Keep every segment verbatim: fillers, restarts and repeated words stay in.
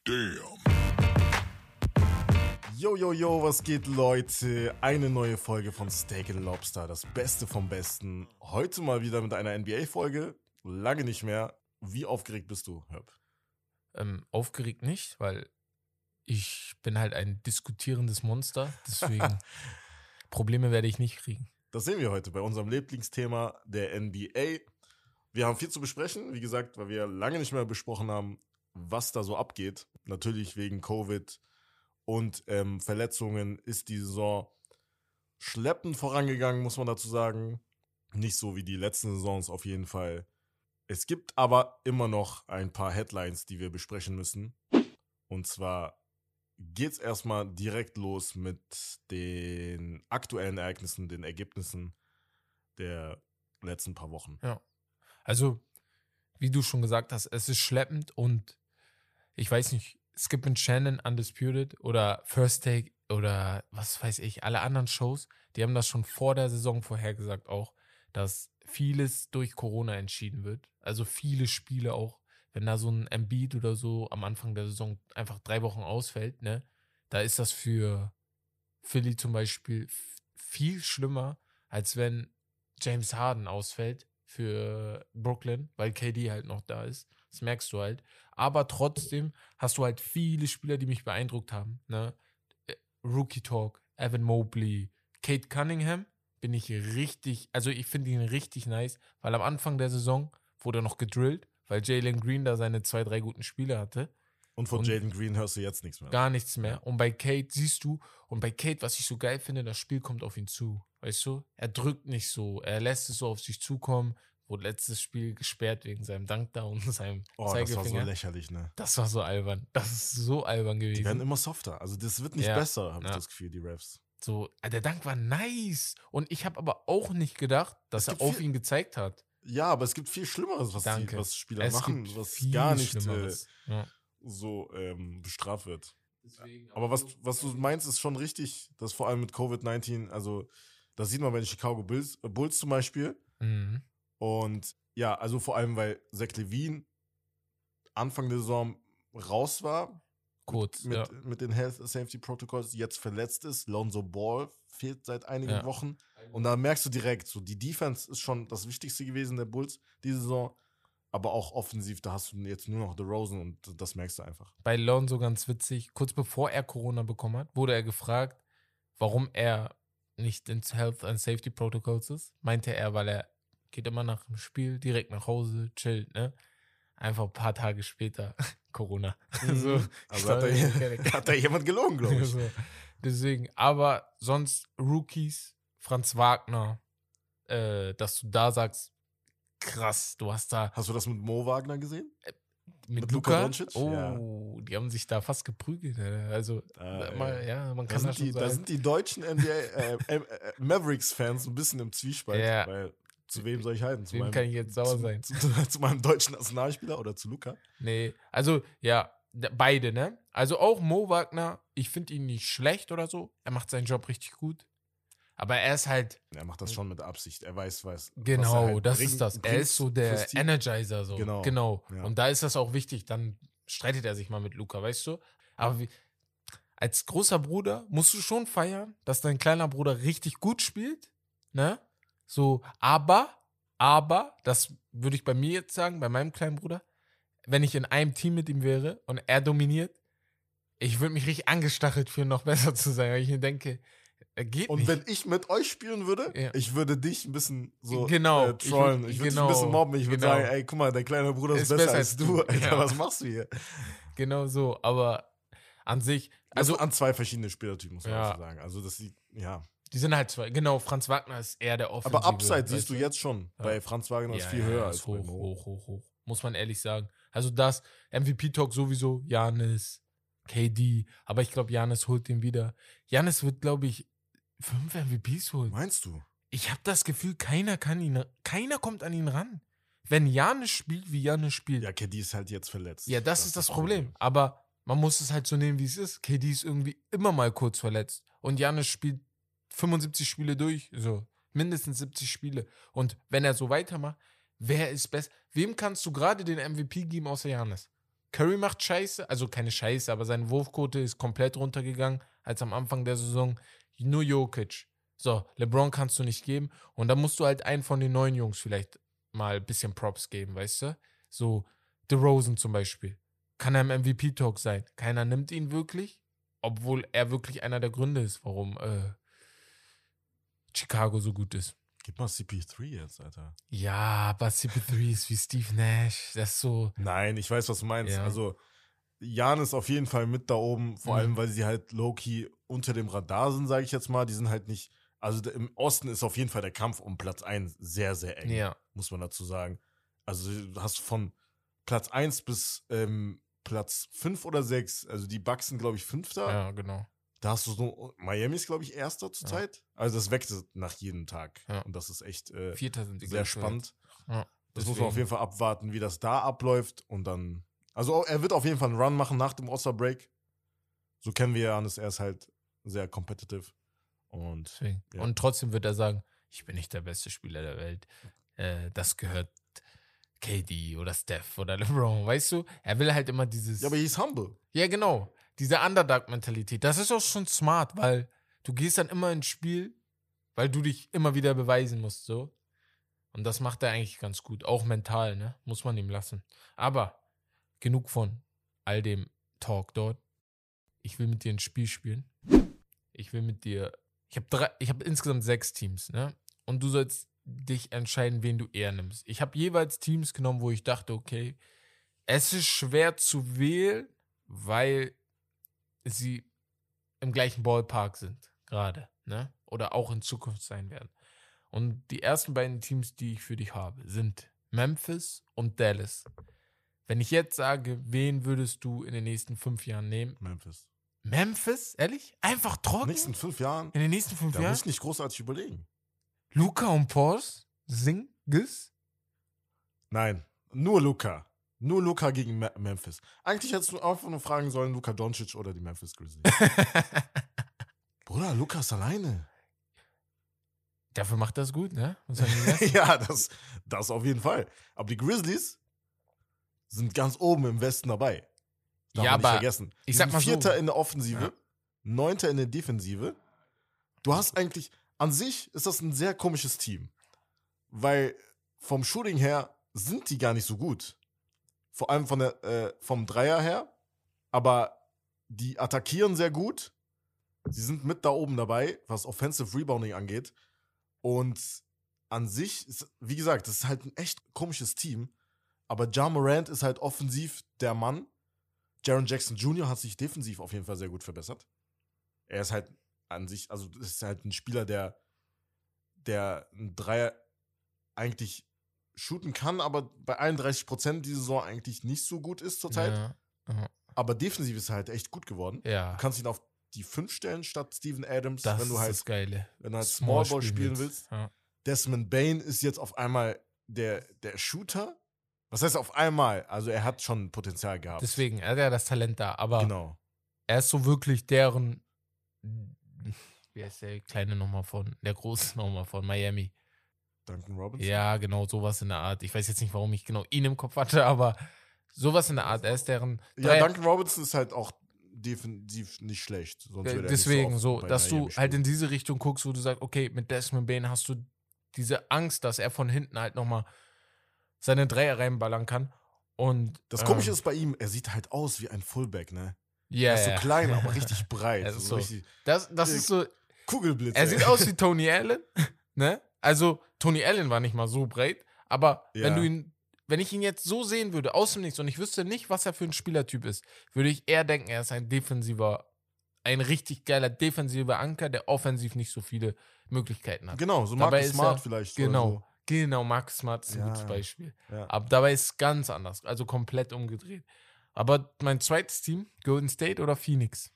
Damn. Yo, yo, yo, was geht, Leute? Eine neue Folge von Steak and Lobster, das Beste vom Besten. Heute mal wieder mit einer N B A-Folge. Lange nicht mehr. Wie aufgeregt bist du, Herb? Ähm, aufgeregt nicht, weil ich bin halt ein diskutierendes Monster. Deswegen Probleme werde ich nicht kriegen. Das sehen wir heute bei unserem Lieblingsthema der N B A. Wir haben viel zu besprechen, wie gesagt, weil wir lange nicht mehr besprochen haben, was da so abgeht. Natürlich wegen Covid und ähm, Verletzungen ist die Saison schleppend vorangegangen, muss man dazu sagen. Nicht so wie die letzten Saisons auf jeden Fall. Es gibt aber immer noch ein paar Headlines, die wir besprechen müssen. Und zwar geht's erstmal direkt los mit den aktuellen Ereignissen, den Ergebnissen der letzten paar Wochen. Ja. Also, wie du schon gesagt hast, es ist schleppend und ich weiß nicht, Skip and Shannon, Undisputed oder First Take oder was weiß ich, alle anderen Shows, die haben das schon vor der Saison vorhergesagt auch, dass vieles durch Corona entschieden wird. Also viele Spiele auch, wenn da so ein Embiid oder so am Anfang der Saison einfach drei Wochen ausfällt, ne, da ist das für Philly zum Beispiel f- viel schlimmer, als wenn James Harden ausfällt für Brooklyn, weil K D halt noch da ist. Das merkst du halt. Aber trotzdem hast du halt viele Spieler, die mich beeindruckt haben. Ne? Rookie Talk, Evan Mobley, Kate Cunningham bin ich richtig, also ich finde ihn richtig nice, weil am Anfang der Saison wurde er noch gedrillt, weil Jalen Green da seine zwei, drei guten Spiele hatte. Und von Und Jalen Green hörst du jetzt nichts mehr. Gar nichts mehr. Ja. Und bei Kate siehst du, und bei Kate, was ich so geil finde, das Spiel kommt auf ihn zu. Weißt du? Er drückt nicht so, er lässt es so auf sich zukommen. Wurde letztes Spiel gesperrt wegen seinem Dank da und seinem Oh, Zeigefinger. das war so lächerlich, ne? Das war so albern. Das ist so albern gewesen. Die werden immer softer. Also das wird nicht Ja, besser, habe ich ja. das Gefühl, die Refs. So, der Dank war nice. Und ich habe aber auch nicht gedacht, dass Es er gibt auf viel- ihn gezeigt hat. Ja, aber es gibt viel Schlimmeres, was, die, Danke. was Spieler Es machen, gibt was viel gar nicht äh, Schlimmeres. Ja. so ähm, bestraft wird. Deswegen, Aber was, was du meinst, ist schon richtig, dass vor allem mit Covid neunzehn, also das sieht man bei den Chicago Bulls, äh, Bulls zum Beispiel. Mhm. Und ja, also vor allem, weil Zach LaVine Anfang der Saison raus war. Kurz, Mit, ja. mit den Health Safety Protocols, jetzt verletzt ist. Lonzo Ball fehlt seit einigen Ja. Wochen. Und da merkst du direkt, so die Defense ist schon das Wichtigste gewesen der Bulls diese Saison. Aber auch offensiv, da hast du jetzt nur noch DeRozan und das merkst du einfach. Bei Lonzo ganz witzig, kurz bevor er Corona bekommen hat, wurde er gefragt, warum er nicht ins Health and Safety Protocols ist. Meinte er, weil er geht immer nach dem Spiel direkt nach Hause, chillt, ne? Einfach ein paar Tage später Corona. So, Also ich hat, glaub, er, hat da jemand gelogen, glaube ich. so. Deswegen, aber sonst Rookies, Franz Wagner, äh, dass du da sagst, krass, du hast da Hast du das mit Mo Wagner gesehen? mit, mit Luka Luka, Doncic? oh, die haben sich da fast geprügelt. ne? Also, Da, mal, äh, ja, man Da kann sind, das schon die, da sagen. sind die deutschen N B A äh, äh, äh, Mavericks-Fans ein bisschen im Zwiespalt. Ja. Weil zu wem soll ich halten? Zu Wem meinem, kann ich jetzt sauer zu, sein? Zu, zu, zu meinem deutschen Nationalspieler oder zu Luka? Nee, also, ja, d- beide, ne? Also auch Mo Wagner, ich finde ihn nicht schlecht oder so. Er macht seinen Job richtig gut. Aber er ist halt, Er macht das schon mit Absicht. Er weiß, weiß. was genau, er halt das bringt- ist das. Er bringt ist so der fürs Team. Energizer, so. Genau, Genau. ja. Und da ist das auch wichtig. Dann streitet er sich mal mit Luca, weißt du? Aber wie, als großer Bruder musst du schon feiern, dass dein kleiner Bruder richtig gut spielt, ne? So, aber, aber, das würde ich bei mir jetzt sagen, bei meinem kleinen Bruder, wenn ich in einem Team mit ihm wäre und er dominiert, ich würde mich richtig angestachelt fühlen, noch besser zu sein, weil ich mir denke, er geht Und nicht. wenn ich mit euch spielen würde, Ja. ich würde dich ein bisschen so Genau, äh, trollen. ich Ich würd- würde genau, dich ein bisschen mobben. Ich würde genau. sagen, ey, guck mal, dein kleiner Bruder ist, besser, als du. Alter, Ja. was machst du hier? Genau so, aber an sich, Also also an zwei verschiedene Spielertypen, muss man Ja. auch sagen. Also das sieht, ja. die sind halt zwei. Genau, Franz Wagner ist eher der Offensive. Aber Upside weißt siehst du jetzt schon. Ja. Bei Franz Wagner ist Ja, viel ja, höher ist als bei hoch, Mo. hoch, hoch, hoch. Muss man ehrlich sagen. Also das M V P-Talk sowieso, Giannis, K D, aber ich glaube, Giannis holt den wieder. Giannis wird, glaube ich, fünf M V Ps holen. Meinst du? Ich habe das Gefühl, keiner kann ihn, keiner kommt an ihn ran. Wenn Giannis spielt, wie Giannis spielt. Ja, K D ist halt jetzt verletzt. Ja, das, ist das Problem. Aber man muss es halt so nehmen, wie es ist. K D ist irgendwie immer mal kurz verletzt. Und Giannis spielt fünfundsiebzig Spiele durch. So, mindestens siebzig Spiele. Und wenn er so weitermacht, wer ist besser? Wem kannst du gerade den M V P geben außer Giannis? Curry macht Scheiße, also keine Scheiße, aber seine Wurfquote ist komplett runtergegangen als am Anfang der Saison. Nur Jokic. So, LeBron kannst du nicht geben. Und dann musst du halt einen von den neuen Jungs vielleicht mal ein bisschen Props geben, weißt du? So, DeRozan zum Beispiel. Kann er im M V P-Talk sein. Keiner nimmt ihn wirklich, obwohl er wirklich einer der Gründe ist, warum äh, Chicago so gut ist. Gib mal C P drei jetzt, Alter. Ja, aber C P drei ist wie Steve Nash. Das ist so. Nein, ich weiß, was du meinst. Ja. Also, Jan ist auf jeden Fall mit da oben, vor Mhm. allem, weil sie halt low-key unter dem Radar sind, sage ich jetzt mal. Die sind halt nicht, also der, im Osten ist auf jeden Fall der Kampf um Platz eins sehr, sehr eng, Ja. muss man dazu sagen. Also du hast von Platz eins bis ähm, Platz fünf oder sechs, also die Bucks sind, glaube ich, Fünfter. Ja, genau. Da hast du so, Miami ist, glaube ich, Erster zurzeit. Also das wächst nach jedem Tag. Ja. Und das ist echt äh, Vierter sind die sehr glaub ich, spannend. Ja, Das muss man auf deswegen. jeden Fall abwarten, wie das da abläuft. Und dann, also er wird auf jeden Fall einen Run machen nach dem All-Star-Break. So kennen wir Janis, er ist halt sehr competitive. Und Deswegen. Ja. Und trotzdem wird er sagen, ich bin nicht der beste Spieler der Welt. Äh, das gehört K D oder Steph oder LeBron, weißt du? Er will halt immer dieses... ja, aber he's humble. Ja, genau. Diese Underdog-Mentalität. Das ist auch schon smart, weil du gehst dann immer ins Spiel, weil du dich immer wieder beweisen musst, so. Und das macht er eigentlich ganz gut. Auch mental, ne? Muss man ihm lassen. Aber genug von all dem Talk dort. Ich will mit dir ein Spiel spielen. Ich will mit dir. Ich habe drei, ich habe insgesamt sechs Teams, ne? Und du sollst dich entscheiden, wen du eher nimmst. Ich habe jeweils Teams genommen, wo ich dachte, okay, es ist schwer zu wählen, weil sie im gleichen Ballpark sind, gerade, ne? Oder auch in Zukunft sein werden. Und die ersten beiden Teams, die ich für dich habe, sind Memphis und Dallas. Wenn ich jetzt sage, wen würdest du in den nächsten fünf Jahren nehmen? Memphis. Memphis? Ehrlich? Einfach In den trocken? nächsten fünf Jahren, In den nächsten fünf da Jahren? muss ich nicht großartig überlegen. Luca und Pors? Singles? Nein, nur Luka. Nur Luka gegen Me- Memphis. Eigentlich hättest du einfach nur fragen sollen, Luka Doncic oder die Memphis Grizzlies. Bruder, Luka ist alleine. Dafür macht das gut, ne? Muss man ihm lassen. ja, das, das auf jeden Fall. Aber die Grizzlies sind ganz oben im Westen dabei. Darf Ja, man nicht aber vergessen. ich Die sag sind mal so. Vierter in der Offensive, Ja. Neunter in der Defensive. Du hast eigentlich, an sich ist das ein sehr komisches Team. Weil vom Shooting her sind die gar nicht so gut. Vor allem von der, äh, vom Dreier her. Aber die attackieren sehr gut. Sie sind mit da oben dabei, was Offensive Rebounding angeht. Und an sich, ist, wie gesagt, das ist halt ein echt komisches Team. Aber Ja Morant ist halt offensiv der Mann. Jaren Jackson Junior hat sich defensiv auf jeden Fall sehr gut verbessert. Er ist halt an sich, also das ist halt ein Spieler, der, der ein Dreier eigentlich shooten kann, aber bei einunddreißig Prozent die Saison eigentlich nicht so gut ist zurzeit. Ja. Ja. Aber defensiv ist er halt echt gut geworden. ja. Du kannst ihn auf die fünf stellen statt Steven Adams, Das wenn du ist halt, das Geile. wenn du halt Small Ball spielen willst. willst. Ja. Desmond Bane ist jetzt auf einmal der, der Shooter. Was heißt auf einmal? Also er hat schon Potenzial gehabt. Deswegen, er hat ja das Talent da, aber Genau. er ist so wirklich deren, wie heißt der kleine Nummer von, der große Nummer von Miami. Duncan Robinson. Ja, genau, sowas in der Art. Ich weiß jetzt nicht, warum ich genau ihn im Kopf hatte, aber sowas in der Art. Er ist deren. Ja, Dreier- Duncan Robinson ist halt auch defensiv nicht schlecht. Sonst würde er nicht Deswegen so, so, oft bei dass Miami du halt spielen. in diese Richtung guckst, wo du sagst, okay, mit Desmond Bane hast du diese Angst, dass er von hinten halt nochmal seine Dreier reinballern kann. Und Das Komische ähm, ist bei ihm, er sieht halt aus wie ein Fullback, ne? ja, Er ist so ja. klein, aber richtig breit. Er ist so so- richtig Das, das ist so, Kugelblitz. er ey. sieht aus wie Tony Allen, ne? Also, Tony Allen war nicht mal so breit, aber Ja. wenn du ihn, wenn ich ihn jetzt so sehen würde, aus dem Nichts, und ich wüsste nicht, was er für ein Spielertyp ist, würde ich eher denken, er ist ein defensiver, ein richtig geiler defensiver Anker, der offensiv nicht so viele Möglichkeiten hat. Genau, so Dabei Marcus ist Smart er- vielleicht. Genau, genau, Marcus Smart ist ein Ja. gutes Beispiel. Oder so. Ja. Aber dabei ist es ganz anders, also komplett umgedreht. Aber mein zweites Team, Golden State oder Phoenix?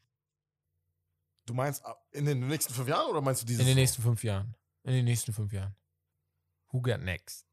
Du meinst ab- in den nächsten fünf Jahren oder meinst du dieses In den Jahr? nächsten fünf Jahren. In den nächsten fünf Jahren. Who got next?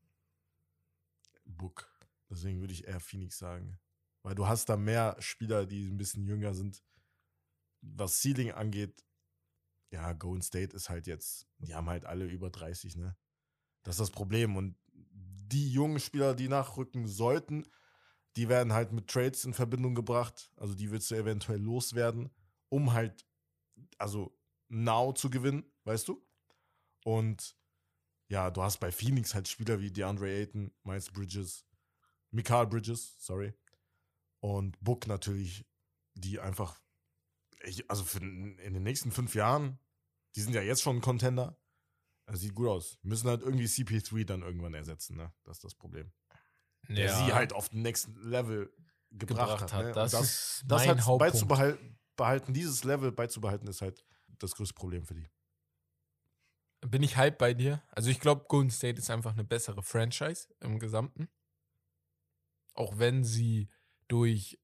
Book. Deswegen würde ich eher Phoenix sagen. Weil du hast da mehr Spieler, die ein bisschen jünger sind. Was Ceiling angeht, ja, Golden State ist halt jetzt, die haben halt alle über dreißig, ne? Das ist das Problem. Und die jungen Spieler, die nachrücken sollten, die werden halt mit Trades in Verbindung gebracht. Also die willst du eventuell loswerden, um halt, also now zu gewinnen, weißt du? Und ja, du hast bei Phoenix halt Spieler wie DeAndre Ayton, Miles Bridges, Mikal Bridges, sorry. Und Book natürlich, die einfach, ich, also für, in den nächsten fünf Jahren, die sind ja jetzt schon ein Contender. Das sieht gut aus. Müssen halt irgendwie C P drei dann irgendwann ersetzen, ne? Das ist das Problem. Der Ja, sie halt auf den nächsten Level gebracht, gebracht hat. hat. Ne? Das, das ist das mein halt Hauptpunkt. beizubehalten, behalten, dieses Level beizubehalten, ist halt das größte Problem für die. Bin ich hype bei dir. Also ich glaube, Golden State ist einfach eine bessere Franchise im Gesamten. Auch wenn sie durch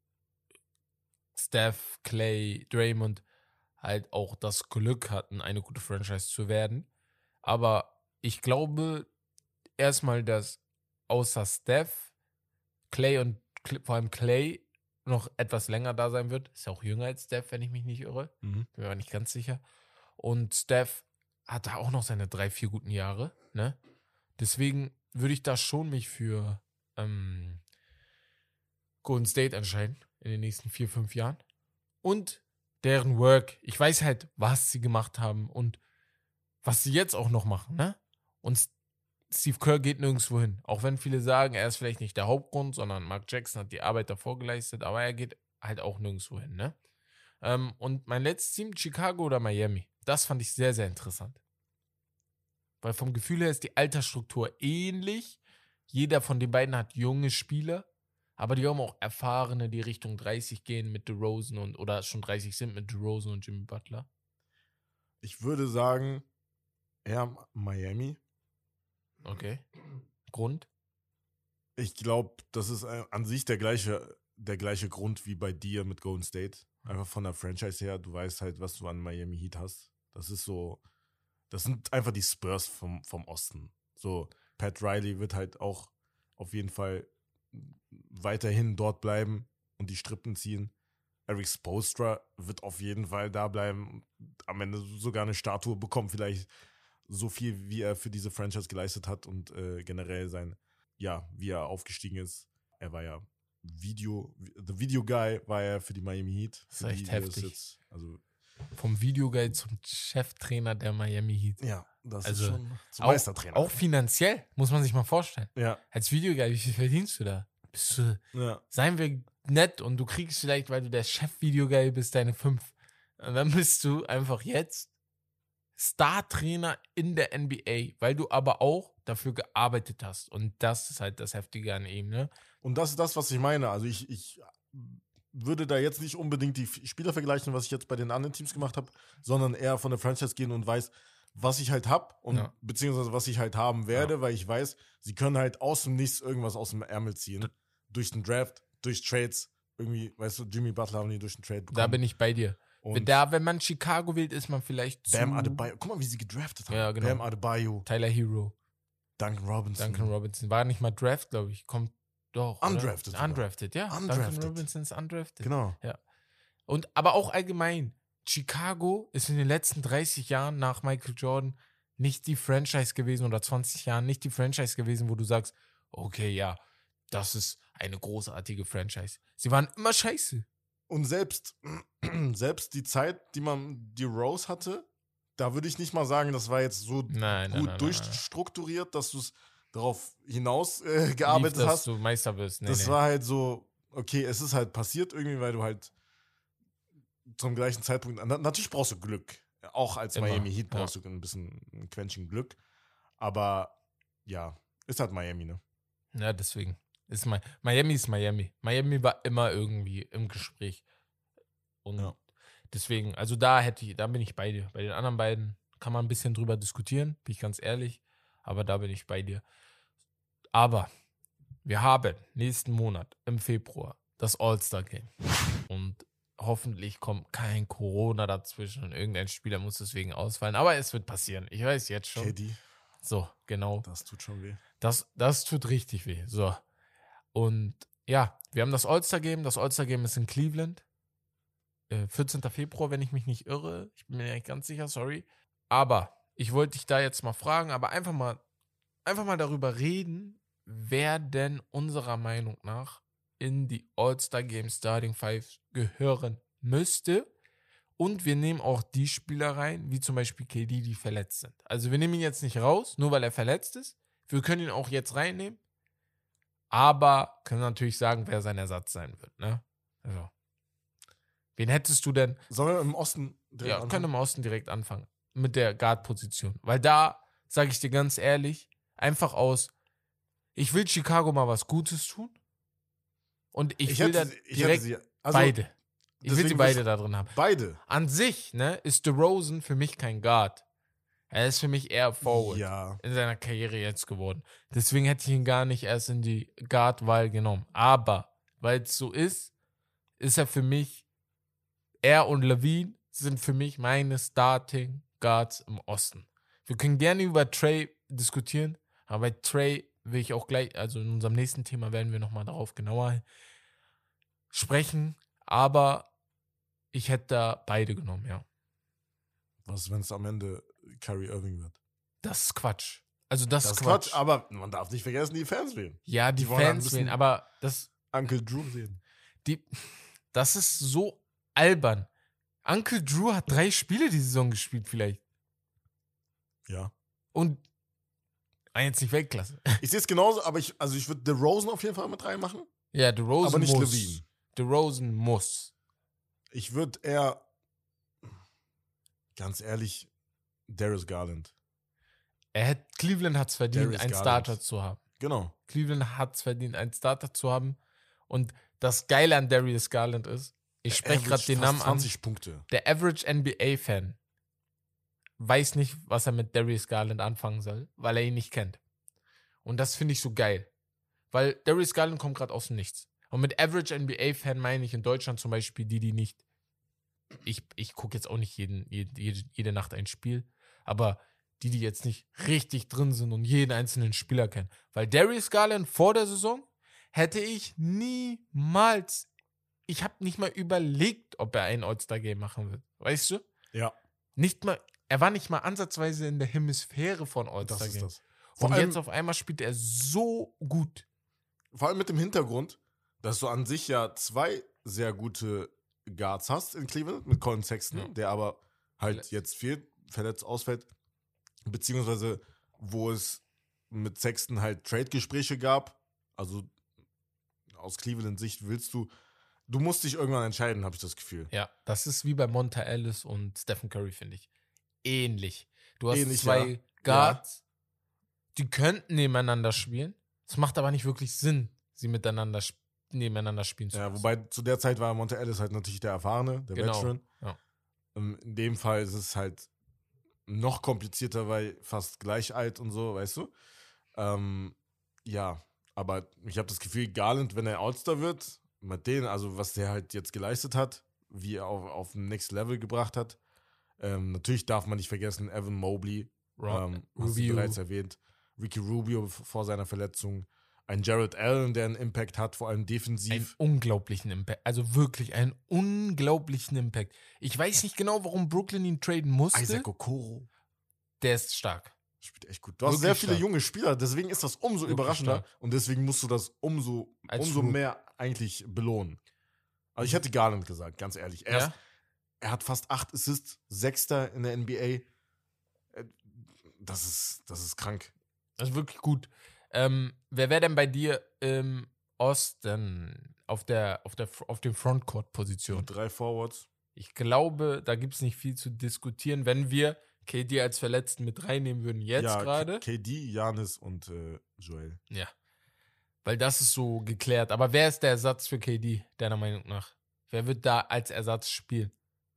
Steph, Clay, Draymond halt auch das Glück hatten, eine gute Franchise zu werden. Aber ich glaube erstmal, dass außer Steph, Clay und vor allem Clay noch etwas länger da sein wird. Ist ja auch jünger als Steph, wenn ich mich nicht irre. Mhm. Bin mir aber nicht ganz sicher. Und Steph hat da auch noch seine drei, vier guten Jahre. Ne? Deswegen würde ich da schon mich für ähm, Golden State entscheiden in den nächsten vier, fünf Jahren. Und deren Work. Ich weiß halt, was sie gemacht haben und was sie jetzt auch noch machen. Ne? Und Steve Kerr geht nirgendwo hin. Auch wenn viele sagen, er ist vielleicht nicht der Hauptgrund, sondern Mark Jackson hat die Arbeit davor geleistet, aber er geht halt auch nirgendwo hin. Ne? Ähm, und mein letztes Team, Chicago oder Miami, das fand ich sehr, sehr interessant. Weil vom Gefühl her ist die Altersstruktur ähnlich. Jeder von den beiden hat junge Spieler, aber die haben auch Erfahrene, die Richtung dreißig gehen mit DeRozan und oder schon dreißig sind mit DeRozan und Jimmy Butler. Ich würde sagen, eher Miami. Okay. Grund? Ich glaube, das ist an sich der gleiche, der gleiche Grund wie bei dir mit Golden State. Einfach von der Franchise her, du weißt halt, was du an Miami Heat hast. Das ist so, das sind einfach die Spurs vom, vom Osten. So, Pat Riley wird halt auch auf jeden Fall weiterhin dort bleiben und die Strippen ziehen. Eric Spoelstra wird auf jeden Fall da bleiben und am Ende sogar eine Statue bekommen, vielleicht so viel, wie er für diese Franchise geleistet hat und äh, generell sein, ja, wie er aufgestiegen ist. Er war ja Video, The Video Guy war er für die Miami Heat. Das ist echt die, heftig. Jetzt, also, Vom Videoguide zum Cheftrainer der Miami Heat. ja, das Also, ist schon zum Auch, Meistertrainer. auch finanziell, muss man sich mal vorstellen. ja, Als Videoguide, wie viel verdienst du da? Bist du, ja. seien wir nett und du kriegst vielleicht, weil du der Chef-Videoguide bist, deine fünf. Und dann bist du einfach jetzt Star-Trainer in der N B A, weil du aber auch dafür gearbeitet hast. Und das ist halt das Heftige an ihm, ne? Und das ist das, was ich meine. Also ich, ich würde da jetzt nicht unbedingt die Spieler vergleichen, was ich jetzt bei den anderen Teams gemacht habe, sondern eher von der Franchise gehen und weiß, was ich halt habe und Ja. beziehungsweise was ich halt haben werde, ja. Weil ich weiß, sie können halt aus dem Nichts irgendwas aus dem Ärmel ziehen. Durch den Draft, durch Trades. Irgendwie, weißt du, Jimmy Butler haben die durch den Trade bekommen. Da bin ich bei dir. Und da, wenn man Chicago wählt, ist man vielleicht Bam zu... Adebayo. Guck mal, wie sie gedraftet haben. Ja, genau. Bam Adebayo, Tyler Hero, Duncan Robinson. Duncan Robinson. War nicht mal Draft, glaube ich. Kommt doch. Undrafted Oder? Undrafted, ja. Undrafted. Duncan Robinson ist undrafted. Genau. Ja. Und aber auch allgemein, Chicago ist in den letzten dreißig Jahren nach Michael Jordan nicht die Franchise gewesen oder zwanzig Jahren nicht die Franchise gewesen, wo du sagst, okay, ja, das ist eine großartige Franchise. Sie waren immer scheiße. Und selbst, selbst die Zeit, die man die Rose hatte, da würde ich nicht mal sagen, das war jetzt so nein, gut nein, nein, durchstrukturiert, nein. dass du es darauf hinaus äh, gearbeitet Lief, dass hast. du Meister wirst. Nee, das nee. war halt so, okay, es ist halt passiert irgendwie, weil du halt zum gleichen Zeitpunkt, na, natürlich brauchst du Glück. Auch als Immer, Miami Heat brauchst ja. du ein bisschen ein Quäntchen Glück. Aber ja, ist halt Miami, ne? Ja, deswegen. Ist mein, Miami ist Miami. Miami war immer irgendwie im Gespräch. Und ja. deswegen, also da hätte ich, da bin ich bei dir. Bei den anderen beiden kann man ein bisschen drüber diskutieren, bin ich ganz ehrlich. Aber da bin ich bei dir. Aber wir haben nächsten Monat im Februar das All-Star-Game. Und hoffentlich kommt kein Corona dazwischen und irgendein Spieler muss deswegen ausfallen. Aber es wird passieren. Ich weiß jetzt schon. K D. So, genau. Das tut schon weh. Das, das tut richtig weh. So. Und ja, wir haben das All-Star-Game. Das All-Star-Game ist in Cleveland. Äh, vierzehnten Februar, wenn ich mich nicht irre. Ich bin mir nicht ganz sicher, sorry. Aber ich wollte dich da jetzt mal fragen, aber einfach mal, einfach mal darüber reden, wer denn unserer Meinung nach in die All-Star-Game Starting Five gehören müsste. Und wir nehmen auch die Spieler rein, wie zum Beispiel K D, die verletzt sind. Also wir nehmen ihn jetzt nicht raus, nur weil er verletzt ist. Wir können ihn auch jetzt reinnehmen. Aber können natürlich sagen, wer sein Ersatz sein wird. Ne? Also. Wen hättest du denn? Sollen wir im Osten direkt Ja, anfangen? können im Osten direkt anfangen. Mit der Guard-Position. Weil da, sage ich dir ganz ehrlich, einfach aus, ich will Chicago mal was Gutes tun. Und ich, Ich will hätte dann sie- ich hätte direkt sie- also, beide. Ich will sie deswegen beide will- da drin haben. Beide. An sich, ne, ist DeRozan für mich kein Guard. Er ist für mich eher Forward Ja. in seiner Karriere jetzt geworden. Deswegen hätte ich ihn gar nicht erst in die Guard-Wahl genommen. Aber, weil es so ist, ist er für mich, er und Levine sind für mich meine Starting Guards im Osten. Wir können gerne über Trey diskutieren, aber bei Trey will ich auch gleich, also in unserem nächsten Thema werden wir nochmal darauf genauer sprechen, aber ich hätte da beide genommen, ja. Was, wenn es am Ende Kyrie Irving wird? Das ist Quatsch. Also das, Das ist ist Quatsch. Quatsch, aber man darf nicht vergessen, die Fans wählen. Ja, die, Die wollen ein Fans bisschen- wählen, aber das, Uncle Drew sehen. die, das ist so albern. Uncle Drew hat drei Spiele die Saison gespielt vielleicht. Ja. Und war jetzt nicht Weltklasse. Ich sehe es genauso, aber ich, also ich würde DeRozan auf jeden Fall mit reinmachen. Ja, DeRozan Aber nicht muss. Levine. DeRozan muss. Ich würde eher, ganz ehrlich, Darius Garland. Er hätte, Cleveland hat es verdient, Darius einen Garland. Starter zu haben. Genau. Cleveland hat es verdient, einen Starter zu haben. Und das Geile an Darius Garland ist, ich spreche gerade Average den fast Namen an. zwanzig Punkte. Der Average N B A-Fan weiß nicht, was er mit Darius Garland anfangen soll, weil er ihn nicht kennt. Und das finde ich so geil. Weil Darius Garland kommt gerade aus dem Nichts. Und mit Average N B A-Fan meine ich in Deutschland zum Beispiel die, die nicht. Ich, ich gucke jetzt auch nicht jeden, jede, jede Nacht ein Spiel, aber die, die jetzt nicht richtig drin sind und jeden einzelnen Spieler kennen. Weil Darius Garland vor der Saison hätte ich niemals, ich habe nicht mal überlegt, ob er ein All-Star-Game machen wird. Weißt du? Ja, Nicht mal, er war nicht mal ansatzweise in der Hemisphäre von das ist All-Star-Game. das. Vor Und allem, jetzt auf einmal spielt er so gut. vor allem mit dem Hintergrund, dass du an sich ja zwei sehr gute Guards hast in Cleveland, mit Colin Sexton, Ja. der aber halt Verletzt. jetzt fehlt, verletzt ausfällt, beziehungsweise wo es mit Sexton halt Trade-Gespräche gab. Also aus Cleveland-Sicht willst du, du musst dich irgendwann entscheiden, habe ich das Gefühl. Ja, das ist wie bei Monta Ellis und Stephen Curry, finde ich. Ähnlich. Du hast Ähnlich, zwei ja. Guards, die könnten nebeneinander spielen. Es macht aber nicht wirklich Sinn, sie miteinander sp- nebeneinander spielen zu Ja, lassen. wobei zu der Zeit war Monta Ellis halt natürlich der Erfahrene, der Genau, Veteran. ja. Ähm, In dem Fall ist es halt noch komplizierter, weil fast gleich alt und so, weißt du? Ähm, ja, aber ich habe das Gefühl, Garland, wenn er All-Star wird, mit denen, also was der halt jetzt geleistet hat, wie er auf, auf ein Next Level gebracht hat, ähm, natürlich darf man nicht vergessen, Evan Mobley, Ro- ähm, hast du Rubio. bereits erwähnt, Ricky Rubio v- vor seiner Verletzung, ein Jared Allen, der einen Impact hat, vor allem Einen defensiv. unglaublichen Impact. Also wirklich einen unglaublichen Impact. Ich weiß nicht genau, warum Brooklyn ihn traden musste. Isaac Okoro Der ist stark. spielt echt gut. Du hast Wirklich sehr viele stark. junge Spieler, deswegen ist das umso Wirklich überraschender stark. und deswegen musst du das umso, Als umso Rook. mehr eigentlich belohnen. Also ich hätte Garland gesagt, ganz ehrlich. Er, Ja? ist, er hat fast acht Assists, Sechster in der N B A. Äh, Das ist, das ist krank. Das ist wirklich gut. Ähm, wer wäre denn bei dir im Osten auf der, auf der, auf den Frontcourt-Position? Mit drei Forwards. Ich glaube, da gibt es nicht viel zu diskutieren, wenn wir K D als Verletzten mit reinnehmen würden, jetzt Ja, gerade. K D, Janis und äh, Joel. Ja. Weil das ist so geklärt. Aber wer ist der Ersatz für K D, deiner Meinung nach? Wer wird da als Ersatz spielen?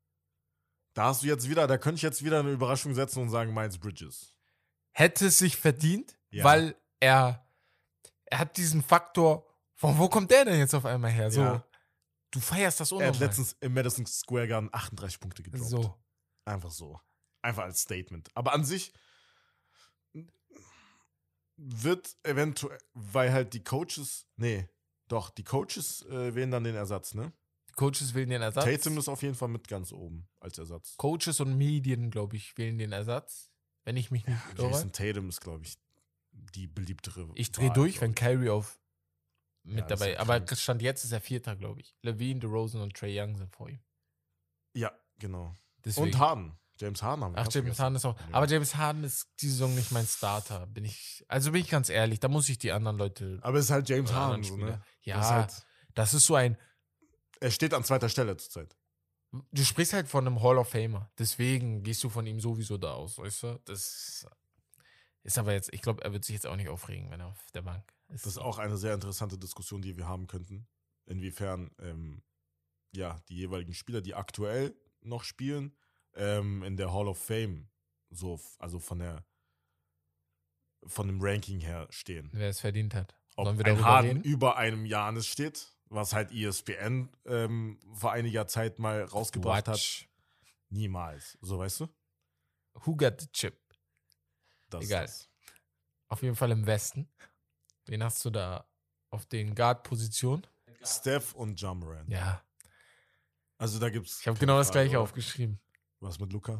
Da hast du jetzt wieder, da könnte ich jetzt wieder eine Überraschung setzen und sagen Miles Bridges. Hätte es sich verdient, Ja. weil er, er hat diesen Faktor, von wo kommt der denn jetzt auf einmal her? So, Ja. du feierst das Er unnormal. hat letztens im Madison Square Garden achtunddreißig Punkte gedroppt. So. Einfach so. Einfach als Statement. Aber an sich wird eventuell, weil halt die Coaches, nee, doch, die Coaches äh, wählen dann den Ersatz, ne? Die Coaches wählen den Ersatz. Tatum ist auf jeden Fall mit ganz oben als Ersatz. Coaches und Medien, glaube ich, wählen den Ersatz. Wenn ich mich nicht irre. Jason Tatum ist, glaube ich, die beliebtere Ich drehe Wahl, durch, glaub wenn ich. Kyrie auf mit Ja, das ist dabei. ja Aber krank. Stand jetzt ist er Vierter, glaube ich. Levine, DeRozan und Trae Young sind vor ihm. Ja, genau. Deswegen. Und Harden. James Harden haben wir Ach, ganz James vergessen. Harden ist auch. Ja. Aber James Harden ist die Saison nicht mein Starter. Bin ich. Also bin ich ganz ehrlich, da muss ich die anderen Leute. Aber es ist halt James oder Harden, anderen so, Spieler. ne? Ja, Das ist halt, das ist so ein. er steht an zweiter Stelle zurzeit. Du sprichst halt von einem Hall of Famer. Deswegen gehst du von ihm sowieso da aus, weißt du? Das ist aber jetzt, ich glaube, er wird sich jetzt auch nicht aufregen, wenn er auf der Bank ist. Das ist auch eine sehr interessante Diskussion, die wir haben könnten. Inwiefern, ähm, ja, die jeweiligen Spieler, die aktuell noch spielen, ähm, in der Hall of Fame, so, also von der, von dem Ranking her stehen. Wer es verdient hat. Ob Sollen wir ein darüber Harden reden? über einem Giannis steht, was halt E S P N ähm, vor einiger Zeit mal rausgebracht Watch. hat. Niemals. So, weißt du? Who got the chip? Das Egal. ist Auf jeden Fall im Westen. Wen hast du da auf den Guard-Positionen? das. Steph und Ja Morant. Ja, Also da gibt's. ich habe keine genau das Frage, gleiche oder? aufgeschrieben. Was mit Luka?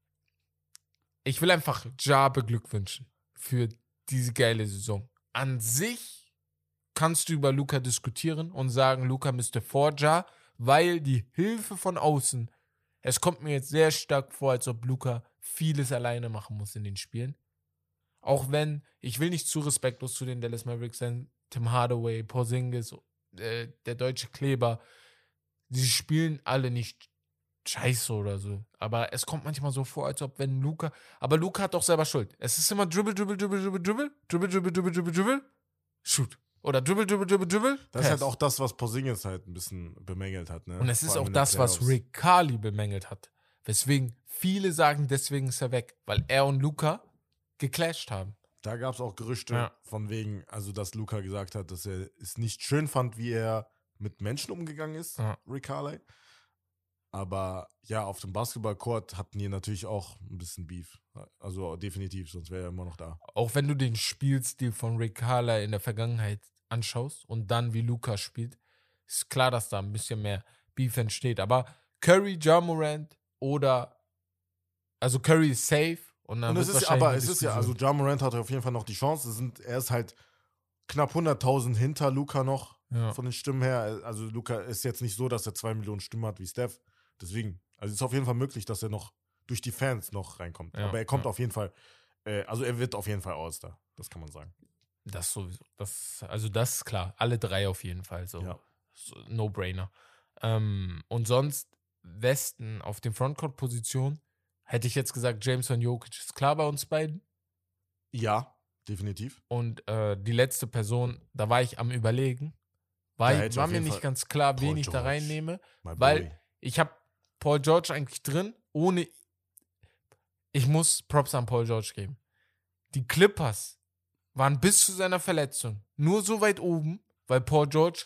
Ich will einfach Ja beglückwünschen für diese geile Saison. An sich kannst du über Luka diskutieren und sagen, Luka müsste vor Ja, weil die Hilfe von außen, es kommt mir jetzt sehr stark vor, als ob Luka vieles alleine machen muss in den Spielen. Auch wenn, ich will nicht zu respektlos zu den Dallas Mavericks sein, Tim Hardaway, Porzingis, äh, der deutsche Kleber, die spielen alle nicht scheiße oder so. Aber es kommt manchmal so vor, als ob wenn Luka, aber Luka hat doch selber Schuld. Es ist immer Dribble, Dribble, Dribble, Dribble, Dribble, Dribble, Dribble, Dribble, Dribble, Dribble, Shoot. Oder Dribble, Dribble, Dribble, Dribble, Das ist halt Pass. auch das, was Porzingis halt ein bisschen bemängelt hat. Ne? Und es Vor ist allem auch in den das, was Playoffs. Rick Carly bemängelt hat. Weswegen viele sagen, deswegen ist er weg. Weil er und Luka geclasht haben. Da gab es auch Gerüchte Ja. von wegen, also dass Luka gesagt hat, dass er es nicht schön fand, wie er mit Menschen umgegangen ist, Ja. Rick Carly. Aber ja, auf dem Basketballcourt hatten die natürlich auch ein bisschen Beef. Also definitiv, sonst wäre er immer noch da. Auch wenn du den Spielstil von Rick Carly in der Vergangenheit anschaust und dann wie Luka spielt, ist klar, dass da ein bisschen mehr Beef entsteht. Aber Curry, Ja Morant oder also Curry ist safe und dann Und es wird ist wahrscheinlich aber, eine es ist ja, also Diskussion. Ja Morant hat auf jeden Fall noch die Chance. Es sind, er ist halt knapp hunderttausend hinter Luka noch Ja. von den Stimmen her. Also Luka ist jetzt nicht so, dass er zwei Millionen Stimmen hat wie Steph. Deswegen, also es ist auf jeden Fall möglich, dass er noch durch die Fans noch reinkommt. Ja, Aber er kommt ja. auf jeden Fall, äh, also er wird auf jeden Fall All-Star. Das kann man sagen. Das sowieso. Das, also das ist klar. Alle drei auf jeden Fall. So, Ja. so No-Brainer. Ähm, und sonst Westen auf den Frontcourt-Positionen hätte ich jetzt gesagt, Jameson Jokic ist klar bei uns beiden. Ja, definitiv. Und äh, die letzte Person, da war ich am Überlegen. War, Da ich, hätte ich war auf mir jeden nicht Fall ganz klar, wen Paul ich da George. reinnehme. My Weil boy. ich habe Paul George eigentlich drin, ohne. Ich muss Props an Paul George geben. Die Clippers waren bis zu seiner Verletzung nur so weit oben, weil Paul George